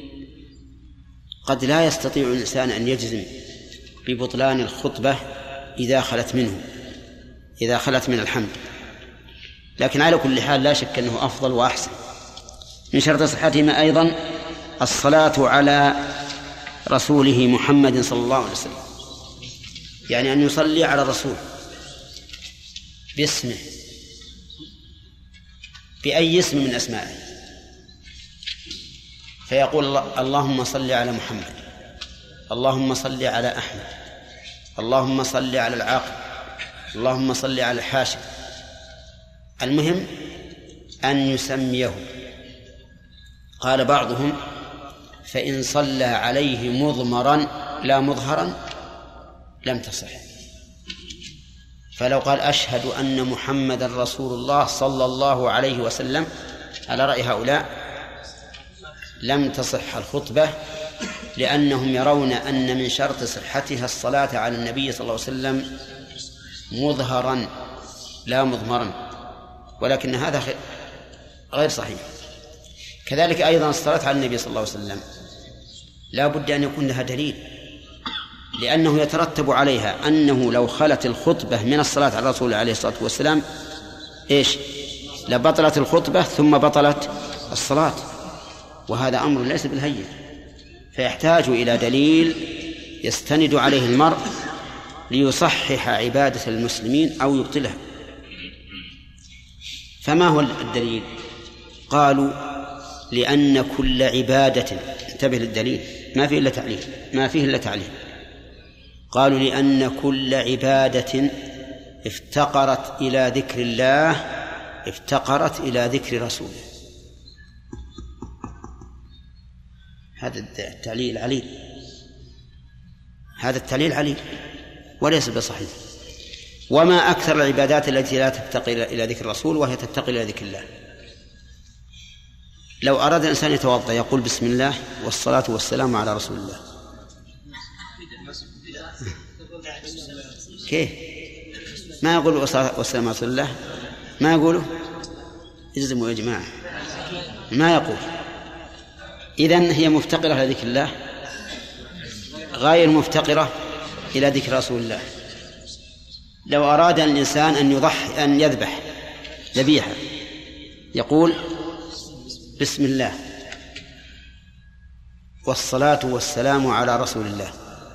قد لا يستطيع الإنسان أن يجزم ببطلان الخطبة إذا خلت منه إذا خلت من الحمد، لكن على كل حال لا شك أنه أفضل وأحسن. من شرط صحتهما أيضا الصلاة على رسوله محمد صلى الله عليه وسلم، يعني أن يصلي على الرسول باسمه، بأي اسم من أسمائه، فيقول اللهم صل على محمد، اللهم صل على أحمد، اللهم صل على العاقب، اللهم صل على الحاشر. المهم أن يسميه. قال بعضهم: فإن صلى عليه مضمرا لا مظهرا لم تصح. فلو قال أشهد أن محمد رسول الله صلى الله عليه وسلم على رأي هؤلاء لم تصح الخطبة، لأنهم يرون أن من شرط صحتها الصلاة على النبي صلى الله عليه وسلم مظهرا لا مضمرا، ولكن هذا غير صحيح. كذلك أيضا الصلاة على النبي صلى الله عليه وسلم لا بد أن يكون لها دليل، لأنه يترتب عليها أنه لو خلت الخطبة من الصلاة على الرسول عليه الصلاة والسلام إيش؟ لبطلت الخطبة ثم بطلت الصلاة، وهذا أمر ليس بالهين، فيحتاج إلى دليل يستند عليه المرء ليصحح عبادة المسلمين أو يبطلها. فما هو الدليل؟ قالوا: لأن كل عبادة، انتبه للدليل، ما فيه إلا تعليل، ما فيه إلا تعليل. قالوا: لأن كل عبادة افتقرت إلى ذكر الله افتقرت إلى ذكر رسوله. هذا التعليل عليل، هذا التعليل عليل وليس بصحيح. وما أكثر العبادات التي لا تفتقر إلى ذكر الرسول وهي تفتقر إلى ذكر الله. لو أراد الإنسان يتوضأ يقول بسم الله والصلاة والسلام على رسول الله. كيف؟ ما يقول والصلاة والسلام على رسول الله، ما يقوله، اجزموا يا جماعة، ما يقول. إذن هي مفتقرة إلى ذكر الله غير مفتقرة إلى ذكر رسول الله. لو أراد الإنسان أن يضحي أن يذبح ذبيحة يقول بسم الله والصلاة والسلام على رسول الله.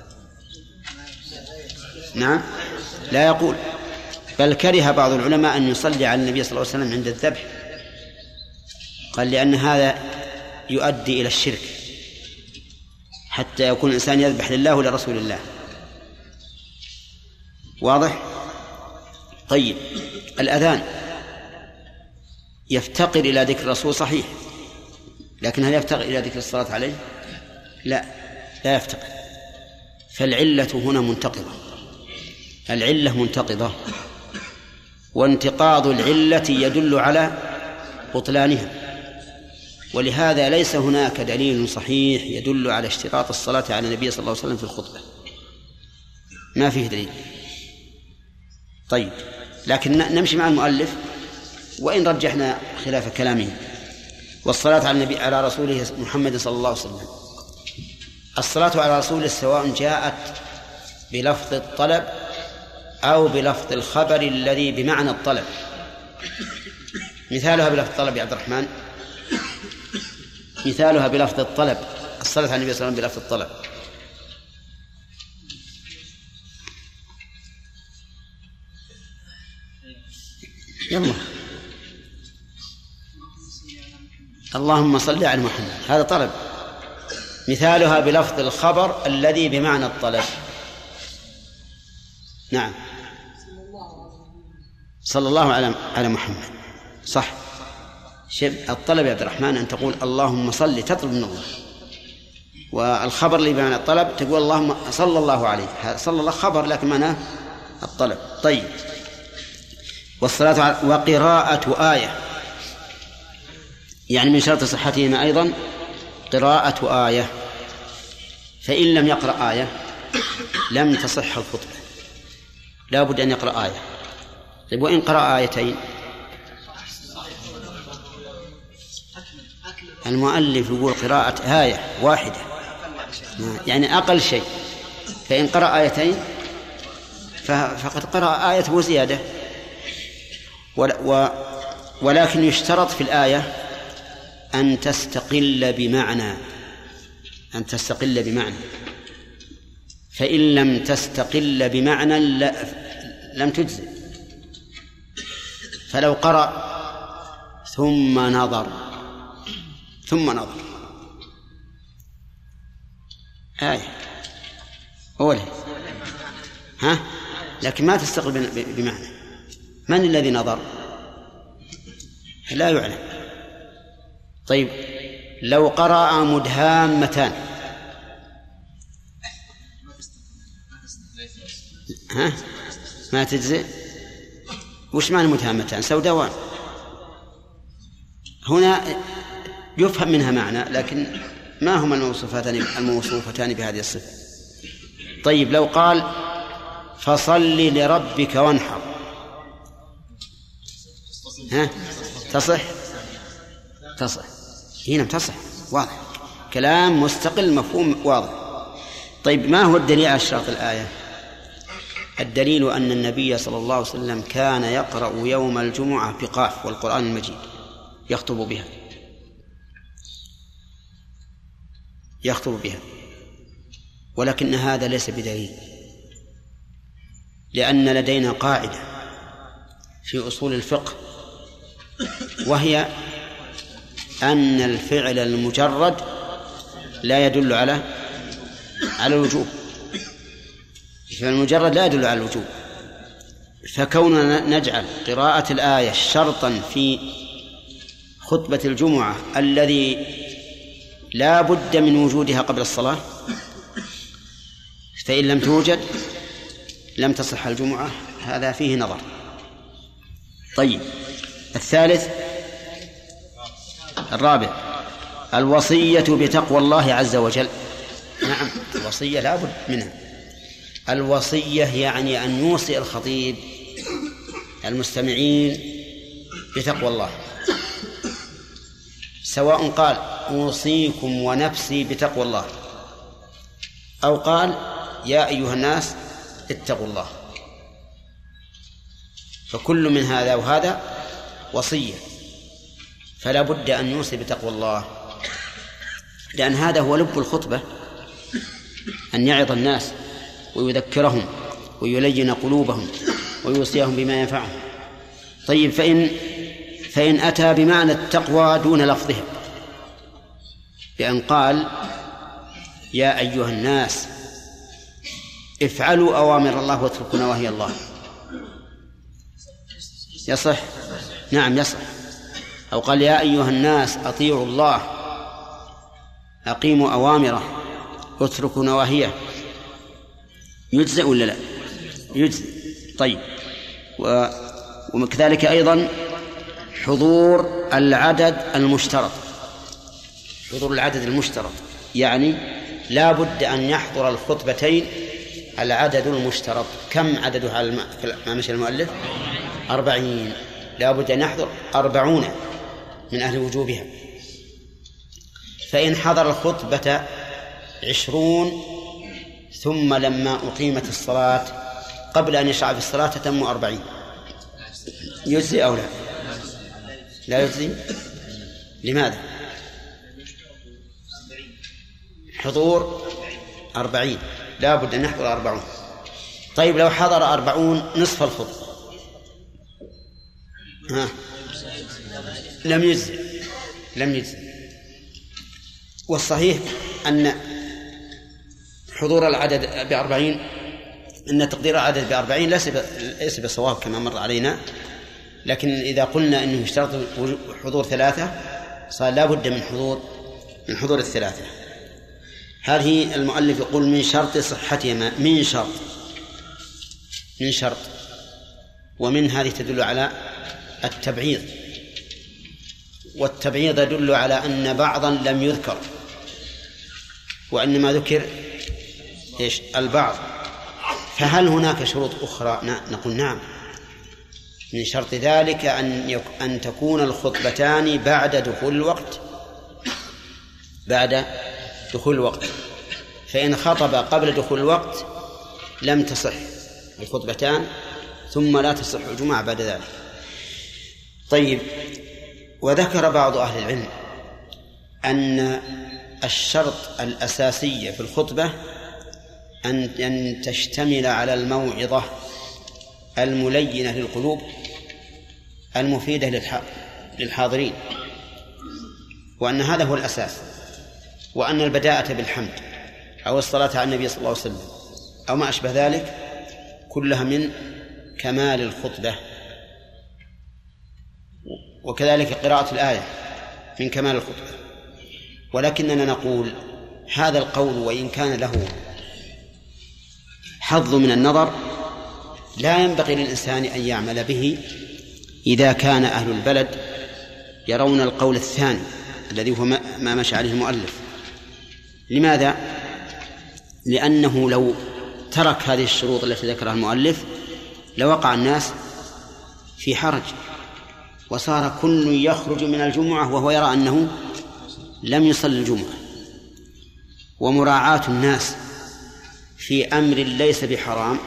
نعم، لا يقول، بل كره بعض العلماء أن يصلي على النبي صلى الله عليه وسلم عند الذبح، قال لأن هذا يؤدي إلى الشرك حتى يكون الإنسان يذبح لله ولرسول الله. واضح؟ طيب، الأذان يفتقر إلى ذكر الرسول صحيح، لكن هل يفتقر إلى ذكر الصلاة عليه؟ لا، لا يفتقر. فالعلة هنا منتقضة، العلة منتقضة، وانتقاض العلة يدل على بطلانها، ولهذا ليس هناك دليل صحيح يدل على اشتراط الصلاة على النبي صلى الله عليه وسلم في الخطبة، ما فيه دليل. طيب، لكن نمشي مع المؤلف وإن رجحنا خلاف كلامه. والصلاة على النبي على رسوله محمد صلى الله عليه وسلم الصلاة على رسوله سواء جاءت بلفظ الطلب أو بلفظ الخبر الذي بمعنى الطلب. مثالها بلفظ الطلب يا عبد الرحمن، مثالها بلفظ الطلب، الصلاة على النبي صلى الله عليه وسلم بلفظ الطلب. يلا اللهم صل على محمد، هذا طلب. مثالها بلفظ الخبر الذي بمعنى الطلب. نعم، صلى الله على على محمد، صح. الطلب يا عبد الرحمن أن تقول اللهم صل، تطلب من الله، والخبر اللي بمعنى الطلب تقول اللهم صلى الله عليه. صلى الله خبر لكن معناه الطلب. طيب، والصلاة على وقراءة آية، يعني من شرط صحتهما أيضا قراءة آية، فإن لم يقرأ آية لم تصح الخطبة، لا بد أن يقرأ آية. طيب، وإن قرأ آيتين؟ المؤلف يقول قراءة آية واحدة، يعني أقل شيء، فإن قرأ آيتين فقد قرأ آية وزيادة. ولكن يشترط في الآية أن تستقل بمعنى، أن تستقل بمعنى، فإن لم تستقل بمعنى لم تجزئ. فلو قرأ ثم نظر ثم نظر آية أولى، ها، لكن ما تستقل بمعنى. من الذي نظر؟ لا يعلم. طيب، لو قرأ مدهامتان، ها، ما تجزئ. وش معنى مدهامتان؟ سوداوان. هنا يفهم منها معنى، لكن ما هما الموصوفتان الموصوفتان بهذه الصفة؟ طيب، لو قال فصل لربك وانحر، ها، تصح؟ تصح، هنا تصح، واضح، كلام مستقل، مفهوم واضح. طيب، ما هو الدليل على اشتراط الآية؟ الدليل أن النبي صلى الله عليه وسلم كان يقرأ يوم الجمعة بقاف والقرآن المجيد، يخطب بها يخطب بها ولكن هذا ليس بدليل، لأن لدينا قاعدة في أصول الفقه، وهي أن الفعل المجرد لا يدل على على الوجوب. الفعل المجرد لا يدل على الوجوب، فكوننا نجعل قراءة الآية شرطا في خطبة الجمعة الذي لا بد من وجودها قبل الصلاة، فإن لم توجد لم تصح الجمعة، هذا فيه نظر. طيب، الثالث الرابع الوصية بتقوى الله عز وجل. نعم، الوصية لا بد منها. الوصية يعني أن يوصي الخطيب المستمعين بتقوى الله، سواء قال أوصيكم ونفسي بتقوى الله، أو قال يا أيها الناس اتقوا الله، فكل من هذا وهذا وصية، فلا بد أن يوصي بتقوى الله، لأن هذا هو لب الخطبة، أن يعظ الناس ويذكرهم ويلين قلوبهم ويوصيهم بما ينفعهم. طيب، فإن فإن أتى بمعنى التقوى دون لفظها، بأن قال يا أيها الناس افعلوا أوامر الله واتركوا نواهي الله، يصح؟ نعم يصح. أو قال يا أيها الناس أطيعوا الله أقيموا أوامره واتركوا نواهيه، يجزئ ولا لا؟ يجزئ. طيب، وكذلك أيضا حضور العدد المشترط، حضور العدد المشترط يعني لا بد أن يحضر الخطبتين العدد المشترط. كم عدده على ما مشى المؤلف؟ أربعين، لا بد أن يحضر أربعون من أهل وجوبها. فإن حضر الخطبة عشرون ثم لما أقيمت الصلاة قبل أن يشرع في الصلاة تم أربعين، يجزي أو لا؟ لا يجزي. لماذا؟ حضور أربعين، لا بد أن يحضر أربعون. طيب لو حضر أربعون نصف الخطبة ها لم يجزي، لم يجزي. والصحيح أن حضور العدد بأربعين، أن تقدير العدد بأربعين ليس بصواب كما مر علينا، لكن إذا قلنا أنه يشترط حضور ثلاثة صار لا بد من حضور من حضور الثلاثة. هذه المؤلف يقول من شرط صحتهما، من شرط من شرط ومن هذه تدل على التبعيض، والتبعيض يدل على أن بعضا لم يذكر وإنما ذكر إيش البعض. فهل هناك شروط أخرى؟ نقول نعم، من شرط ذلك أن أن تكون الخطبتان بعد دخول الوقت، بعد دخول الوقت. فإن خطب قبل دخول الوقت لم تصح الخطبتان، ثم لا تصح الجمعة بعد ذلك. طيب، وذكر بعض أهل العلم أن الشرط الأساسي في الخطبة أن تشتمل على الموعظة الملينة للقلوب المفيدة للحاضرين، وأن هذا هو الأساس، وأن البداءة بالحمد أو الصلاة على النبي صلى الله عليه وسلم أو ما أشبه ذلك كلها من كمال الخطبة، وكذلك قراءة الآية من كمال الخطبة. ولكننا نقول هذا القول وإن كان له حظ من النظر لا ينبغي للإنسان أن يعمل به إذا كان أهل البلد يرون القول الثاني الذي هو ما مشى عليه المؤلف. لماذا؟ لأنه لو ترك هذه الشروط التي ذكرها المؤلف لوقع الناس في حرج، وصار كل يخرج من الجمعة وهو يرى أنه لم يصل الجمعة. ومراعاة الناس في أمر ليس بحرام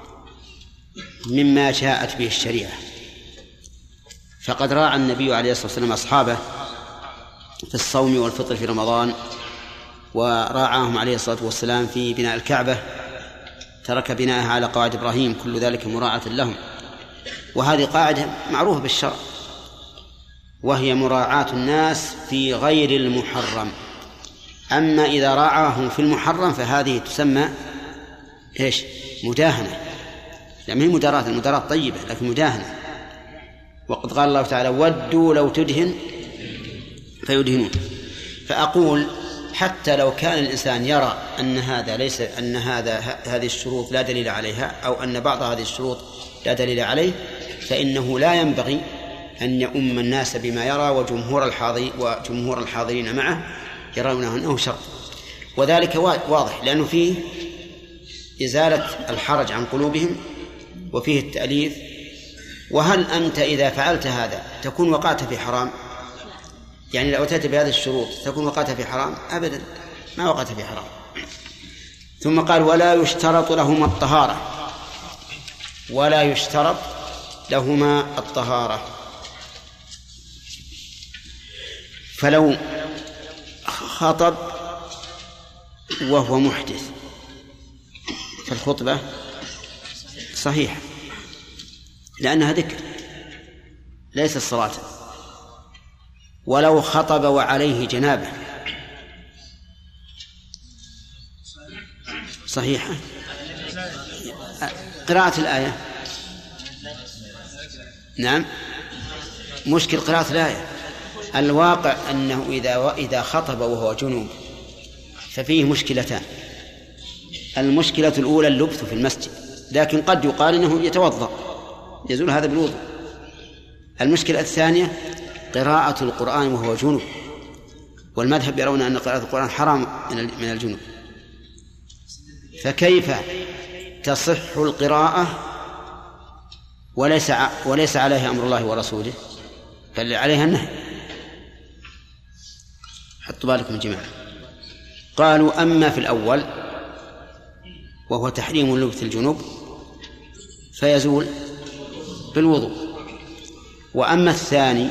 مما جاءت به الشريعة، فقد راعى النبي عليه الصلاة والسلام أصحابه في الصوم والفطر في رمضان، وراعاهم عليه الصلاة والسلام في بناء الكعبة، ترك بناءها على قواعد إبراهيم، كل ذلك مراعاة لهم. وهذه قاعدة معروفة بالشرع، وهي مراعاة الناس في غير المحرم. أما إذا راعاهم في المحرم فهذه تسمى إيش؟ مداهنة. يعني هي مداراة، المداراة طيبة لكن مداهنة. وقد قال الله تعالى ودوا لو تدهن فيدهنون. فأقول حتى لو كان الإنسان يرى أن هذا ليس أن هذا هذه الشروط لا دليل عليها، أو أن بعض هذه الشروط لا دليل عليه، فإنه لا ينبغي أن يؤم الناس بما يرى، وجمهور الحاضرين وجمهور الحاضرين معه يرون أنه شرط. وذلك واضح لأنه فيه إزالة الحرج عن قلوبهم وفيه التأليف. وهل أنت إذا فعلت هذا تكون وقعت في حرام؟ يعني لو أتيت بهذه الشروط تكون وقعت في حرام؟ أبدا، ما وقعت في حرام. ثم قال ولا يشترط لهما الطهارة، ولا يشترط لهما الطهارة. فلو خطب وهو محدث فالخطبة صحيحة لأنها ذكر ليس الصلاة. ولو خطب وعليه جنابة صحيحة. قراءة الآية نعم، مشكل قراءة الآية. الواقع أنه إذا إذا خطب وهو جنوب ففيه مشكلتان. المشكلة الأولى اللبث في المسجد، لكن قد يقال إنه يتوضأ يزول هذا بالوضوء. المشكلة الثانية قراءة القرآن وهو جنوب، والمذهب يرون أن قراءة القرآن حرام من الجنوب. فكيف تصح القراءة وليس وليس عليها أمر الله ورسوله، بل عليها النهي؟ حطوا بالكم يا جماعة. قالوا أما في الأول وهو تحريم لبس الجنوب فيزول بالوضوء، وأما الثاني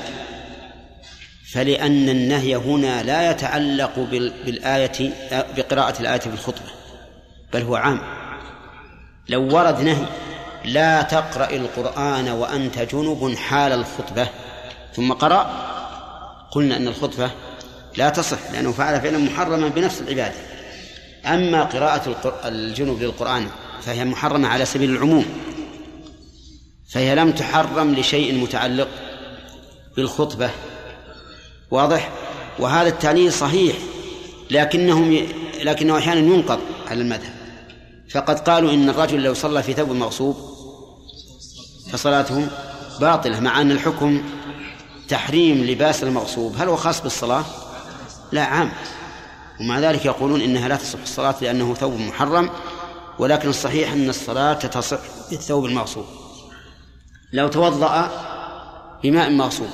فلأن النهي هنا لا يتعلق بالآية بقراءة الآية في الخطبة، بل هو عام. لو ورد نهي لا تقرأ القرآن وأنت جنب حال الخطبة ثم قرأ، قلنا أن الخطبة لا تصح لأنه فعل فعلا محرما بنفس العبادة. أما قراءة الجنب للقرآن فهي محرمة على سبيل العموم، فهي لم تحرم لشيء متعلق بالخطبة، واضح؟ وهذا التعليل صحيح، لكنهم لكنه أحيانا ينقض على المذهب، فقد قالوا إن الرجل لو صلى في ثوب مغصوب فصلاته باطلة، مع أن الحكم تحريم لباس المغصوب. هل هو خاص بالصلاة؟ لا، عام، ومع ذلك يقولون إنها لا تصح الصلاة لأنه ثوب محرم، ولكن الصحيح أن الصلاة تصح بالثوب المغصوب. لو توضأ بماء مغصوب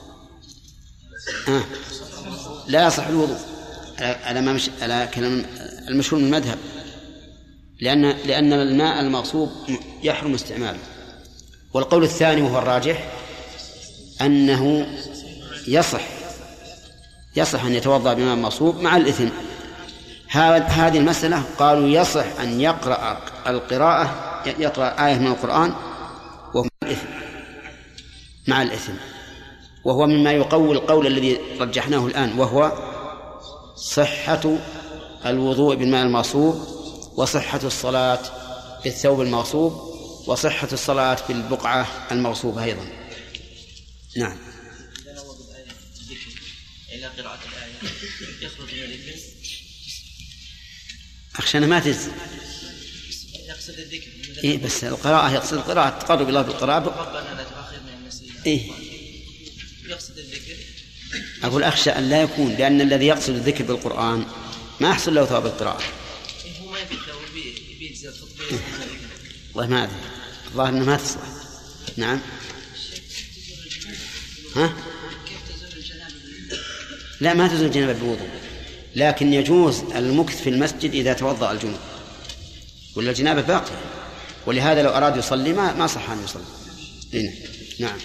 آه. لا يصح الوضوء على ما مش على كلام المشهور من المذهب، لأن لأن الماء المغصوب يحرم استعماله. والقول الثاني وهو الراجح أنه يصح يصح أن يتوضأ بماء مغصوب مع الإثم. هذه المسألة قالوا يصح أن يقرأ القراءة يقرأ آية من القرآن وهو مع الإثم مع الإثم وهو مما يقوي القول الذي رجحناه الآن، وهو صحة الوضوء بالماء المغصوب وصحة الصلاة بالثوب المغصوب وصحة الصلاة بالبقعة المغصوبة أيضا. نعم. إلى قراءة الآية يخرج من الذكر. أخشى ما تز. يقصد الذكر. إيه بس القراءة يقصد القراءة تقرب الله بالقراءة. ربنا لا تؤاخذنا إن نسينا. إيه. يقصد الذكر. أقول أخشى أن لا يكون، لأن الذي يقصد الذكر بالقرآن ما يحصل له ثواب القراءة. هو ما يبي له يبي الخطبة. والله ما أدري، الظاهر أنه ما تصلح. نعم. ها؟ لا، ما تزول الجنابة بالوضوء، لكن يجوز المكث في المسجد إذا توضأ الجنوب، ولا الجنابة باقية، ولهذا لو أراد يصلي ما ما صح أن يصلي. هنا. نعم.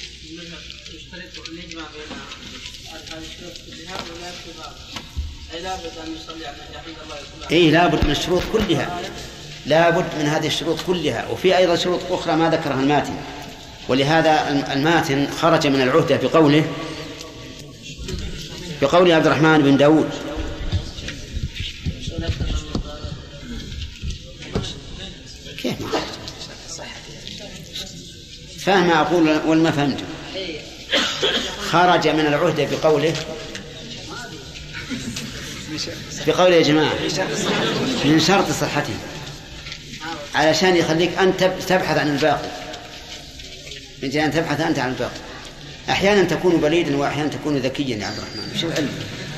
إيه لابد من الشروط كلها، لابد من هذه الشروط كلها، وفي أيضا شروط أخرى ما ذكرها الماتن، ولهذا الماتن خرج من العهدة بقوله بقول عبد الرحمن بن داود كيف ما فهم أقول ولا فهمت؟ خرج من العهدة بقوله بقوله يا جماعة من شرط صحته، علشان يخليك أنت تبحث عن الباقي، من جهة أن تبحث أنت عن الباقي. أحيانا تكون بليدا وأحيانا تكون ذكيا يا عبد الرحمن، وش العلم؟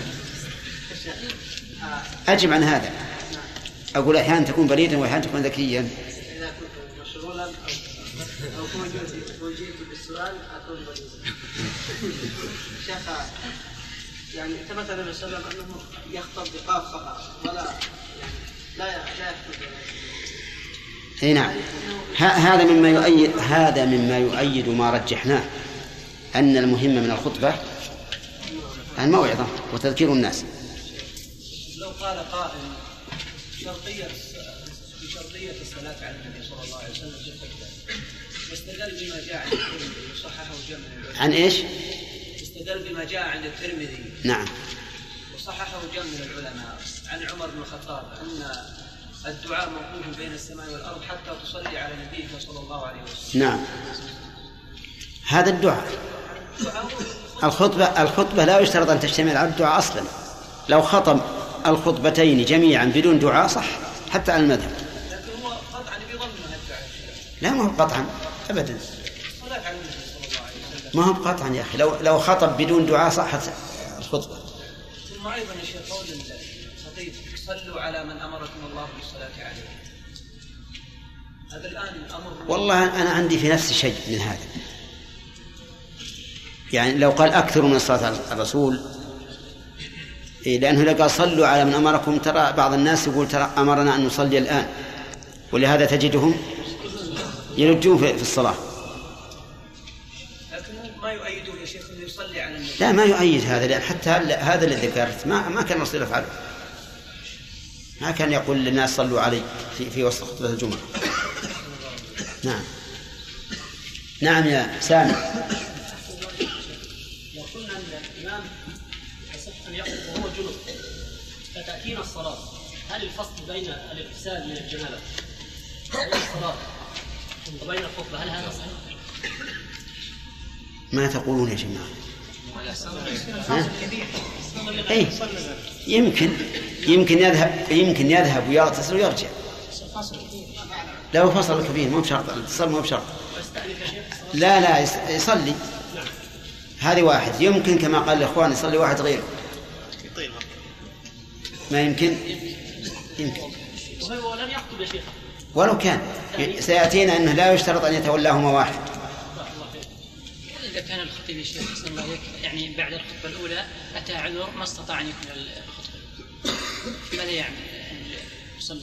أجب عن هذا. أقول أحيانا تكون بليدا وأحيانا تكون ذكيا. إذا كنت مشغولا أو فوجئت بالسؤال أكون بليدا. شيخ يعني ثبت النبي صلى الله عليه وسلم أنه يخطب بقاف فقط ولا يعني لا لا يخطب. اي نعم، هذا مما يؤيد هذا مما يؤيد ما رجحناه، أن المهم من الخطبة الموعظة وتذكير الناس. لو قال قائل شرطية شرطية الصلاة على النبي صلى الله عليه وسلم في الخطبة، واستدل بما جاء عند الترمذي وصححه جمع. عن إيش؟ استدل بما جاء عند الترمذي. نعم. وصححه جمع من العلماء عن عمر بن الخطاب أن الدعاء موقوف بين السماء والأرض حتى تصلي على نبيك صلى الله عليه وسلم. نعم. هذا الدعاء الخطبة الخطبة لا يشترط أن تشتمل على الدعاء أصلا. لو خطب الخطبتين جميعا بدون دعاء صح حتى على المذهب. لكن هو قطعا بيظن الدعاء. لا ما هو قطعا أبدا. ما هو قطعا يا أخي، لو لو خطب بدون دعاء صحت الخطبة. ثم أيضا يا شيخ قول الخطيب صلوا على من أمركم الله بالصلاة عليه. هذا الآن أمر. والله أنا عندي في نفس شيء من هذا. يعني لو قال أكثر من الصلاة على الرسول لأنه إذا قال صلوا على من أمركم، ترى بعض الناس يقول ترى أمرنا أن نصلي الآن، ولهذا تجدهم يلجون في الصلاة. لكن ما يؤيدون يا شيخ أنه يصلي على النبي. لا ما يؤيد هذا، لأن حتى هذا الذي ذكرت ما ما كان الرسول يفعله، ما كان يقول للناس صلوا علي في في وسط خطبة الجمعة. نعم نعم يا سامي. لو قلنا أن الإمام يصح أن يخطب وهو جنوب فتأتينا الصلاة، هل الفصل بين الاغتسال من الجنابة وبين الصلاة وبين الخطبة هل هذا صحيح؟ ما تقولون يا جماعة؟ أي يمكن يمكن يذهب يمكن يذهب ويغتسل ويرجع. له فصل كبير مو بشرط الاتصال، مو بشرط. لا لا يصلي هذه واحد، يمكن كما قال الإخوان يصلي واحد غيره. ما يمكن يمكن وهو لم يخطب يا شيخ ولو كان سيأتينا أنه لا يشترط أن يتولاهما واحد. إذا كان الخطيب يا شيخ حسن الله يعني بعد الخطبة الأولى أتى عذر ما استطاع أن يكمل الخطبة، ماذا يعني يصلي؟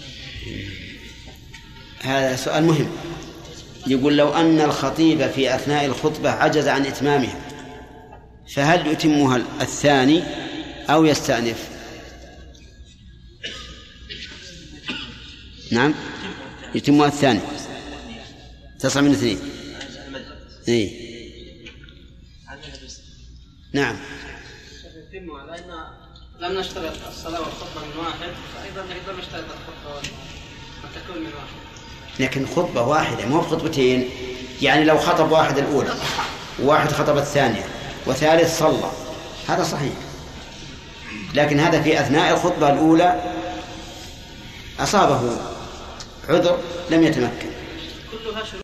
هذا سؤال مهم. يقول لو أن الخطيب في أثناء الخطبة عجز عن إتمامها فهل يتمها الثاني أو يستأنف؟ نعم يتمها الثاني، تصل من اثنين. إيه نعم يتمها، لأن لم نشترط الصلاة والخطبة من واحد، فأيضا أيضا نشترط الخطبة وتكون من واحد. لكن خطبة واحدة مو خطبتين، يعني لو خطب واحد الأولى وواحد خطب الثانية وثالث صلى هذا صحيح، لكن هذا في أثناء الخطبة الأولى أصابه عذر لم يتمكن.